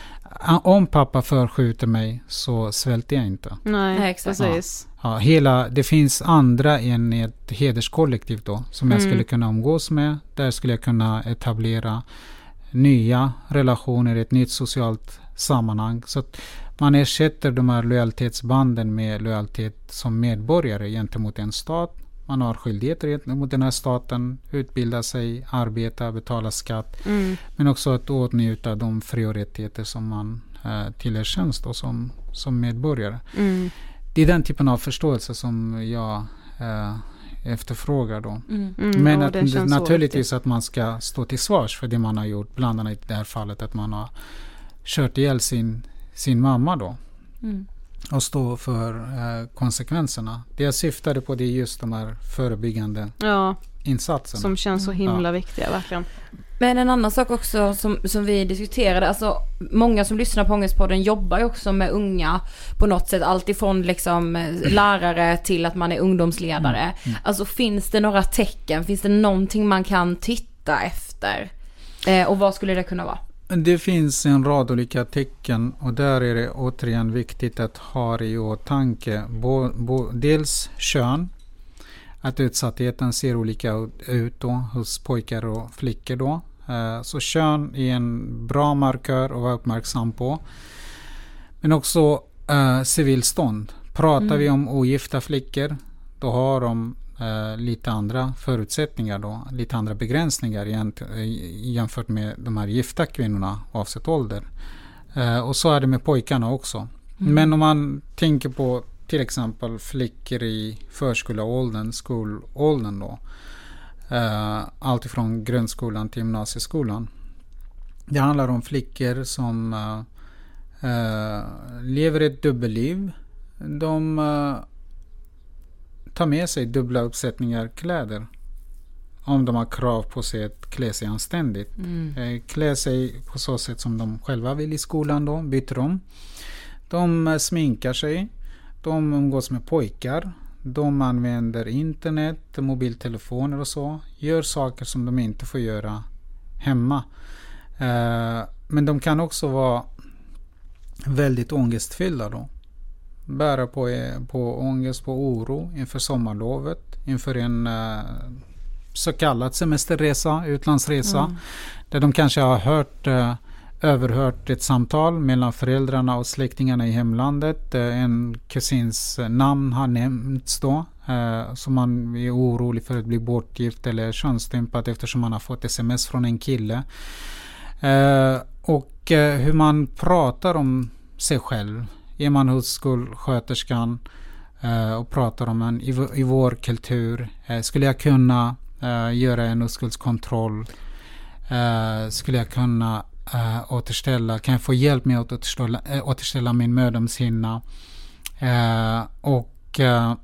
Om pappa förskjuter mig så svälter jag inte. Nej, Nej, exakt. precis. Ja, hela, det finns andra än ett hederskollektiv då som jag Mm. skulle kunna umgås med. Där skulle jag kunna etablera nya relationer, ett nytt socialt sammanhang. Så att man ersätter de här lojalitetsbanden med lojalitet som medborgare gentemot en stat. Man har skyldigheter gentemot den här staten, utbilda sig, arbeta, betala skatt. Mm. Men också att åtnjuta de fri- och rättigheter som man eh, tillerkänns då som, som medborgare. Mm. Det är den typen av förståelse som jag eh, efterfrågar då. Mm. Mm. Men Ja, att, det känns så naturligtvis viktigt. att man ska stå till svars för det man har gjort. Bland annat i det här fallet att man har kört ihjäl sin, sin mamma då. Mm. Och stå för eh, konsekvenserna. Det jag syftade på det är just de här förebyggande Ja, insatserna. som känns så himla viktiga verkligen. Men en annan sak också som, som vi diskuterade, alltså många som lyssnar på Ångestpodden jobbar ju också med unga på något sätt, alltifrån liksom eh, lärare till att man är ungdomsledare. Mm, mm. Alltså finns det några tecken, finns det någonting man kan titta efter? Eh, och vad skulle det kunna vara? Det finns en rad olika tecken och där är det återigen viktigt att ha i åtanke bo, bo, dels kön, att utsattheten ser olika ut då hos pojkar och flickor då. Uh, så kön är en bra markör att vara uppmärksam på. Men också uh, civilstånd. Pratar Mm. vi om ogifta flickor, då har de uh, lite andra förutsättningar då, lite andra begränsningar jämt- jämfört med de här gifta kvinnorna oavsett ålder. Uh, och så är det med pojkarna också. Mm. Men om man tänker på till exempel flickor i förskoleåldern, skolåldern då. Uh, allt ifrån grundskolan till gymnasieskolan. Det handlar om flickor som uh, uh, lever ett dubbelliv. De uh, tar med sig dubbla uppsättningar kläder. Om de har krav på sig att klä sig anständigt. Mm. Uh, klä sig på så sätt som de själva vill i skolan då, byter om. De uh, sminkar sig. De umgås med pojkar. De använder internet, mobiltelefoner och så. Gör saker som de inte får göra hemma. Eh, men de kan också vara väldigt ångestfyllda då. Bära på, på ångest, på oro inför sommarlovet, inför en eh, så kallad semesterresa, utlandsresa, mm. där de kanske har hört, eh, överhört ett samtal mellan föräldrarna och släktingarna i hemlandet. Eh, en kusins namn har nämnts då, eh, så man är orolig för att bli bortgift eller könsstympad eftersom man har fått sms från en kille. Eh, och eh, hur man pratar om sig själv. Är man hos skolsköterskan eh, och pratar om en i, i vår kultur. Eh, skulle jag kunna eh, göra en oskuldskontroll? Eh, skulle jag kunna eh, återställa? Kan jag få hjälp med att återställa, äh, återställa min mödomshinna? Eh, och eh,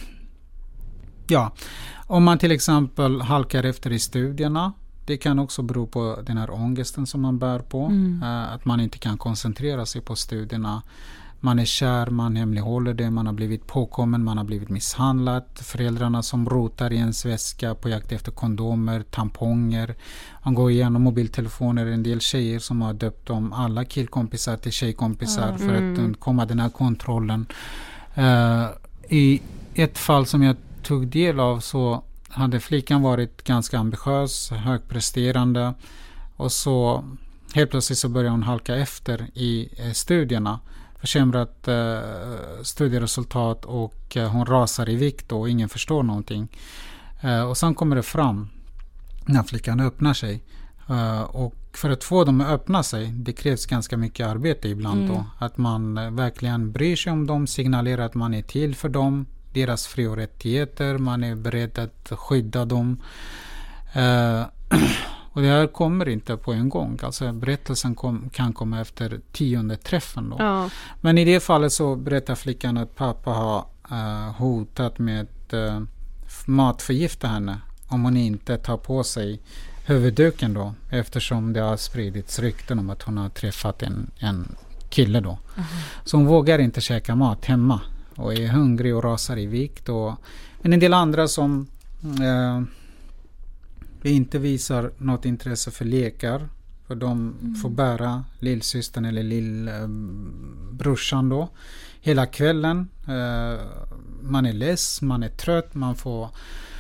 ja, om man till exempel halkar efter i studierna. Det kan också bero på den här ångesten som man bär på. Mm. Uh, att man inte kan koncentrera sig på studierna. Man är kär, man hemlighåller det, man har blivit påkommen, man har blivit misshandlad. Föräldrarna som rotar i ens väska på jakt efter kondomer, tamponger. Man går igenom mobiltelefoner, en del tjejer som har döpt om alla killkompisar till tjejkompisar mm. för att uh, komma den här kontrollen. Uh, I ett fall som jag tog del av så hade flickan varit ganska ambitiös, högpresterande och så helt plötsligt så började hon halka efter i eh, studierna. Försämrat eh, studieresultat och eh, hon rasar i vikt och ingen förstår någonting. Eh, och sen kommer det fram när flickan öppnar sig. Eh, och för att få dem att öppna sig, det krävs ganska mycket arbete ibland mm. då. Att man eh, verkligen bryr sig om dem, signalerar att man är till för dem. Deras fri- och rättigheter, man är beredd att skydda dem. Uh, och det här kommer inte på en gång. Alltså berättelsen kom, kan komma efter tionde träffen då. Ja. Men i det fallet så berättar flickan att pappa har uh, hotat med att uh, matförgifta henne om hon inte tar på sig huvudduken då, eftersom det har spridits rykten om att hon har träffat en, en kille då. Mm. Så hon vågar inte käka mat hemma. Och är hungrig och rasar i vikt. Och, men en del andra som eh, inte visar något intresse för lekar. För de mm. får bära lillsystern eller lillbrorsan då. Hela kvällen. Eh, man är less, man är trött. Man får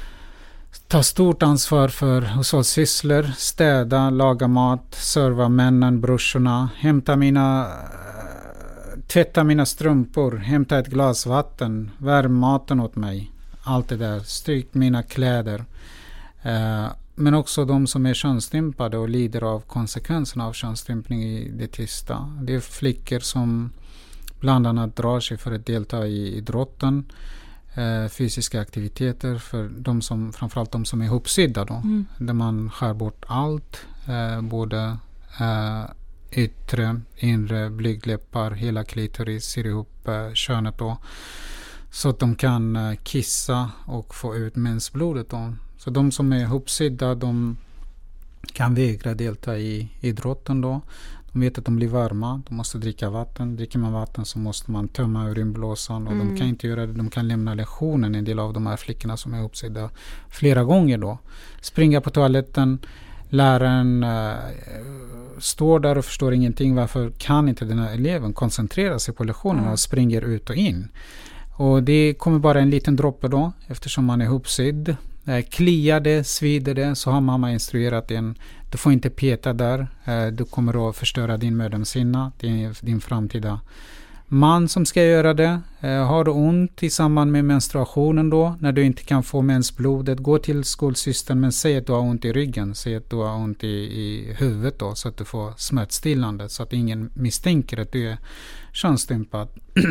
ta stort ansvar för hushållssysslor. Städa, laga mat, serva männen, brorsorna. Hämta mina... Tvätta mina strumpor, hämta ett glas vatten, värm maten åt mig. Allt det där, stryk mina kläder. Eh, men också de som är könsstympade och lider av konsekvenserna av könsstympning i det tysta. Det är flickor som bland annat drar sig för att delta i idrotten, eh, fysiska aktiviteter för de som, framförallt de som är ihopsydda då. Mm. Där man skär bort allt, eh, både eh, yttre, inre, blygdläppar, hela klitoris, syr ihop eh, könet då. Så att de kan eh, kissa och få ut mensblodet då. Så de som är ihopsydda, de kan vägra delta i idrotten då. De vet att de blir varma, de måste dricka vatten. Dricker man vatten så måste man tömma urinblåsan och mm. de kan inte göra det. De kan lämna lektionen, en del av de här flickorna som är ihopsydda, flera gånger då. Springa på toaletten. Läraren äh, står där och förstår ingenting. Varför kan inte den här eleven koncentrera sig på lektionerna mm. och springer ut och in? Och det kommer bara en liten droppe då, eftersom man är ihopsydd. Äh, kliar det, svider det, så har mamma instruerat en. Du får inte peta där. Äh, du kommer att förstöra din mödomshinna. Det är din framtida man som ska göra det. Eh, har du ont i samband med menstruationen då, när du inte kan få mensblodet, gå till skolsystern, men säg att du har ont i ryggen, säg att du har ont i, i huvudet då, så att du får smärtstillande, så att ingen misstänker att du är könsstympad.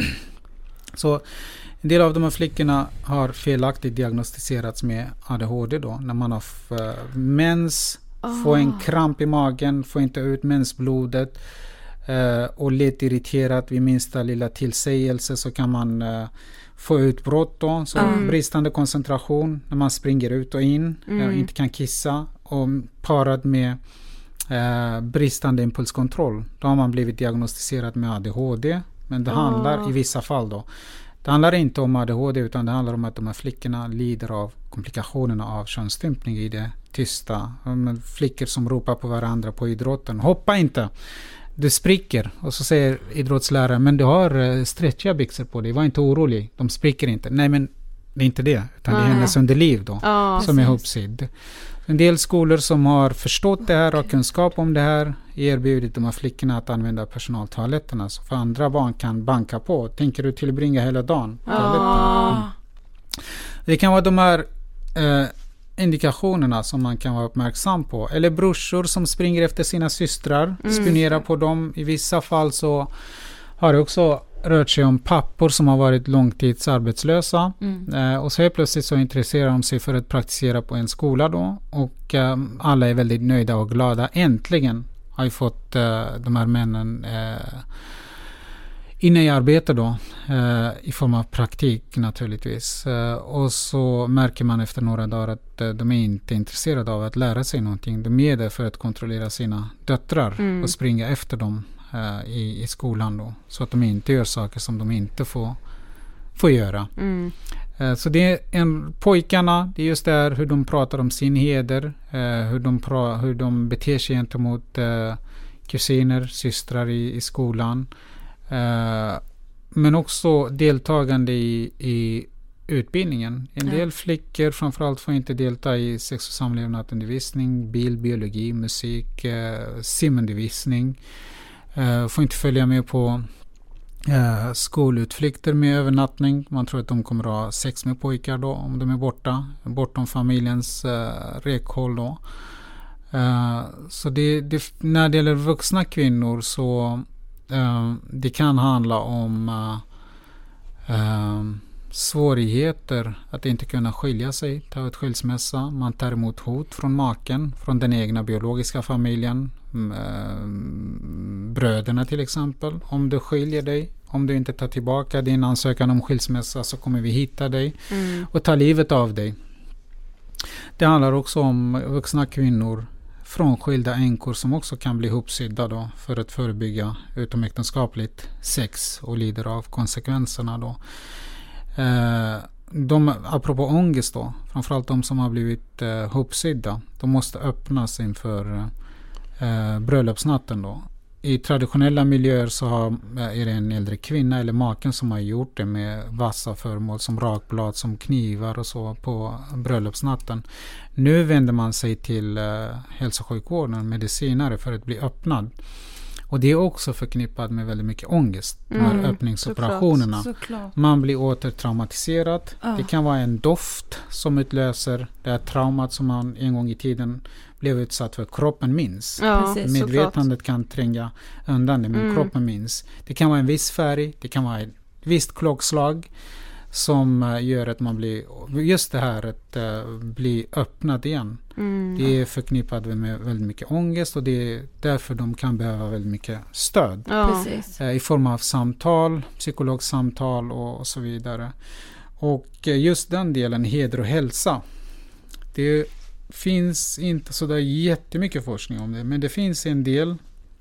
Så en del av de här flickorna har felaktigt diagnostiserats med A D H D då, när man har f- mens, oh. får en kramp i magen, får inte ut mensblodet. Uh, och lätt irriterat vid minsta lilla tillsägelse så kan man uh, få utbrott då. Så mm. bristande koncentration när man springer ut och in, mm. uh, inte kan kissa, och parad med uh, bristande impulskontroll. Då har man blivit diagnostiserad med A D H D. Men det oh. handlar i vissa fall då. Det handlar inte om A D H D, utan det handlar om att de här flickorna lider av komplikationerna av könsstympning i det tysta. Flickor som ropar på varandra på idrotten. Hoppa inte! Du spricker. Och så säger idrottsläraren, men du har stretchiga byxor på dig. Var inte orolig. De spricker inte. Nej, men det är inte det. Utan det är hennes underliv då. Ja, som är ihopsydd. En del skolor som har förstått det här och kunskap om det här erbjudit de här flickorna att använda personaltoaletterna. Så för andra barn kan banka på. Tänker du tillbringa hela dagen på toaletten? Mm. Det kan vara de här eh, indikationerna som man kan vara uppmärksam på. Eller brorsor som springer efter sina systrar, mm. spionerar på dem. I vissa fall så har det också rört sig om pappor som har varit långtidsarbetslösa. Mm. Eh, och så helt plötsligt så intresserar de sig för att praktisera på en skola då. Och eh, alla är väldigt nöjda och glada. Äntligen har ju fått eh, de här männen eh, inne i arbete då. Eh, I form av praktik naturligtvis. Eh, och så märker man efter några dagar att eh, de är inte intresserade av att lära sig någonting. De är där för att kontrollera sina döttrar mm. och springa efter dem. I, i skolan då. Så att de inte gör saker som de inte får, får göra. Mm. Uh, så det är en, pojkarna, det är just där hur de pratar om sin heder. Uh, hur, de pra, hur de beter sig gentemot uh, kusiner, systrar i, i skolan. Uh, men också deltagande i, i utbildningen. En del ja. flickor framförallt får inte delta i sex- och samlevnadsundervisning, bild, biologi, musik, uh, simundervisning. Uh, får inte följa med på uh, skolutflykter med övernattning. Man tror att de kommer att ha sex med pojkar då om de är borta. Bortom familjens uh, räckhåll då. Uh, så det, det, när det gäller vuxna kvinnor så uh, det kan handla om uh, uh, svårigheter att inte kunna skilja sig, ta ut skilsmässa. Man tar emot hot från maken, från den egna biologiska familjen. Bröderna till exempel. Om du skiljer dig, om du inte tar tillbaka din ansökan om skilsmässa så kommer vi hitta dig mm. och ta livet av dig. Det handlar också om vuxna kvinnor, frånskilda änkor som också kan bli ihopsydda då för att förebygga utomäktenskapligt sex och lider av konsekvenserna då. Eh, de, apropå ångest då, framförallt de som har blivit eh, ihopsydda, de måste öppnas inför Eh, bröllopsnatten då. I traditionella miljöer så har, är det en äldre kvinna eller maken som har gjort det med vassa föremål som rakblad, som knivar och så på bröllopsnatten. Nu vänder man sig till eh, hälso- och sjukvården, medicinare för att bli öppnad. Och det är också förknippat med väldigt mycket ångest. Mm, de här öppningsoperationerna. Såklart, såklart. Man blir återtraumatiserad. Ah. Det kan vara en doft som utlöser det här traumat som man en gång i tiden blev utsatt för. Kroppen minns. Ja, precis, medvetandet såklart. Kan tränga undan det, men mm. kroppen minns. Det kan vara en viss färg. Det kan vara ett visst klockslag som gör att man blir, just det här att uh, bli öppnad igen. Mm. Det är förknippat med väldigt mycket ångest och det är därför de kan behöva väldigt mycket stöd. Ja. Uh, I form av samtal, psykologsamtal och, och så vidare. Och uh, just den delen, heder och hälsa. Det finns inte så där jättemycket forskning om det, men det finns en del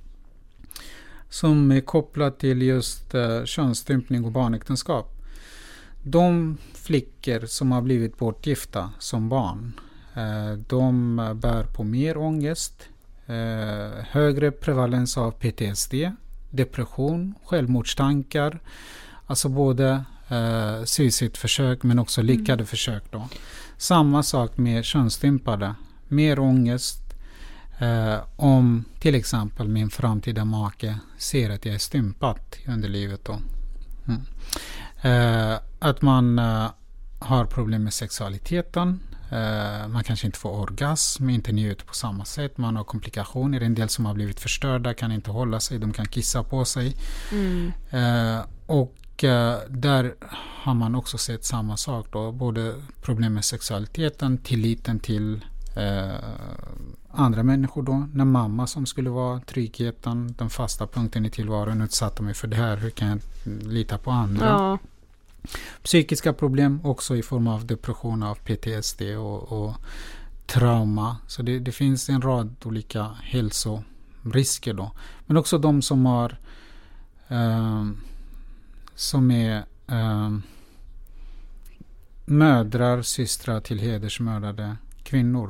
som är kopplat till just uh, könsstympning och barnäktenskap. De flickor som har blivit bortgifta som barn, eh, de bär på mer ångest, eh, högre prevalens av P T S D, depression, självmordstankar, alltså både eh, suicidförsök men också lyckade mm. försök då. Samma sak med könsstympade, mer ångest eh, om till exempel min framtida make ser att jag är stympat under livet då. Mm. Uh, att man uh, har problem med sexualiteten, uh, man kanske inte får orgasm, inte njuter på samma sätt, man har komplikationer, en del som har blivit förstörda kan inte hålla sig, de kan kissa på sig mm. uh, och uh, där har man också sett samma sak då, både problem med sexualiteten, tilliten till uh, andra människor då, när mamma som skulle vara tryggheten, den fasta punkten i tillvaron utsatte mig för det här, hur kan jag lita på andra? Ja. Psykiska problem också i form av depression, av P T S D och, och trauma. Så det, det finns en rad olika hälsorisker då. Men också de som har eh, som är eh, mödrar, systrar till hedersmördade kvinnor.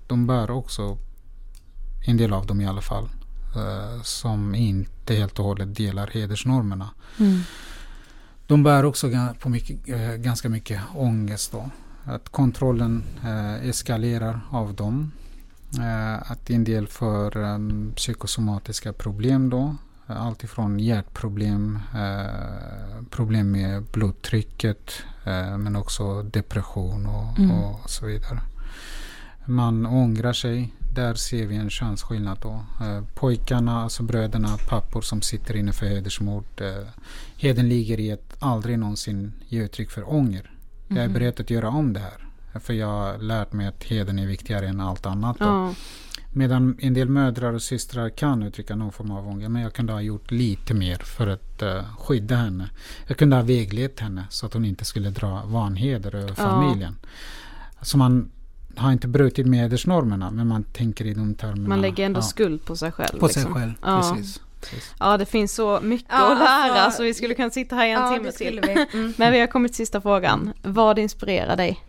de bär också, en del av dem i alla fall, uh, som inte helt och hållet delar hedersnormerna. Mm. De bär också på mycket, uh, ganska mycket ångest då. Att kontrollen uh, eskalerar av dem. Uh, att en del får um, psykosomatiska problem då. Allt ifrån hjärtproblem, uh, problem med blodtrycket, uh, men också depression och, mm. och så vidare. Man ångrar sig. Där ser vi en könsskillnad då. Eh, pojkarna, alltså bröderna, pappor som sitter inne för hedersmord. Eh, heden ligger i att aldrig någonsin ge uttryck för ånger. Mm. Jag är beredd att göra om det här. För jag har lärt mig att heden är viktigare än allt annat. Då. Ja. Medan en del mödrar och systrar kan uttrycka någon form av ånger. Men jag kunde ha gjort lite mer för att uh, skydda henne. Jag kunde ha väglett henne så att hon inte skulle dra vanheder över familjen. Ja. Så man har inte brutit med hedersnormerna, men man tänker i de termerna. Man lägger ändå ja. skuld på sig själv. På liksom. sig själv, ja. precis. precis. Ja, det finns så mycket ja, att lära alltså, så vi skulle kunna sitta här i en ja, timme till. Vi. Mm. Men vi har kommit till sista frågan. Vad inspirerar dig?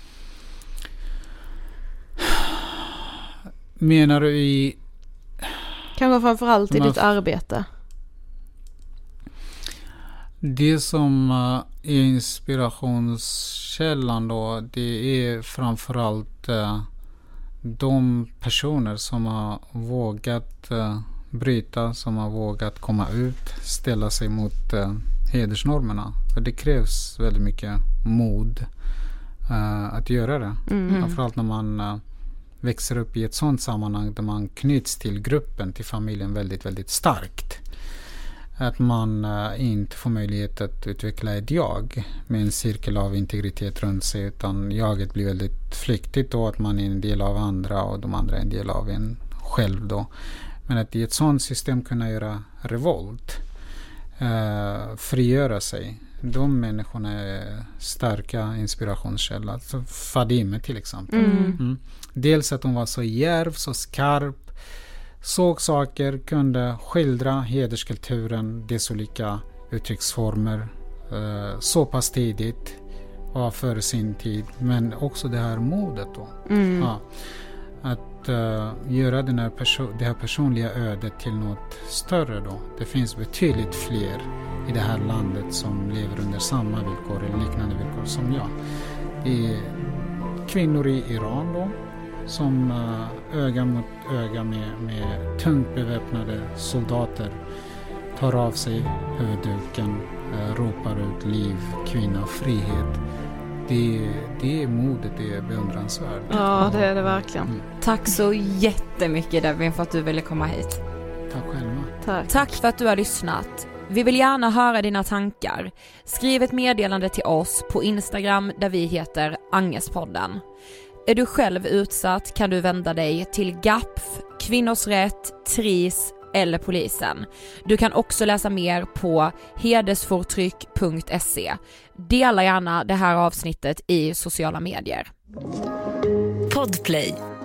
Menar du i... Kanske framförallt i ditt arbete. Det som uh, är inspirationskällan då, det är framförallt uh, de personer som har vågat uh, bryta, som har vågat komma ut, ställa sig mot uh, hedersnormerna. För det krävs väldigt mycket mod uh, att göra det. Mm. Framförallt när man uh, växer upp i ett sådant sammanhang där man knyts till gruppen, till familjen väldigt, väldigt starkt. Att man uh, inte får möjlighet att utveckla ett jag med en cirkel av integritet runt sig, utan jaget blir väldigt flyktigt då, att man är en del av andra och de andra är en del av en själv då. Men att i ett sådant system kunna göra revolt, uh, frigöra sig, de människorna är starka inspirationskällor. Så Fadime till exempel. Mm. Mm. Dels att hon var så djärv, så skarp, såg saker, kunde skildra hederskulturen, dess olika uttrycksformer eh, så pass tidigt och före sin tid, men också det här modet då. Mm. Ja, att uh, göra den här perso- det här personliga ödet till något större då. Det finns betydligt fler i det här landet som lever under samma villkor eller liknande villkor som jag. Det är kvinnor i Iran då, som uh, öga mot öga med, med tungt beväpnade soldater tar av sig huvudduken, uh, ropar ut liv, kvinna, frihet. Det, det är modet, det är beundransvärt. Ja, det är det verkligen. Mm. Tack så jättemycket Devin för att du ville komma hit. Tack själva. Tack. Tack för att du har lyssnat. Vi vill gärna höra dina tankar. Skriv ett meddelande till oss på Instagram där vi heter Angespodden. Är du själv utsatt kan du vända dig till G A P F, Kvinnors rätt, T R I S eller polisen. Du kan också läsa mer på hedersfortryck punkt se. Dela gärna det här avsnittet i sociala medier. Podplay.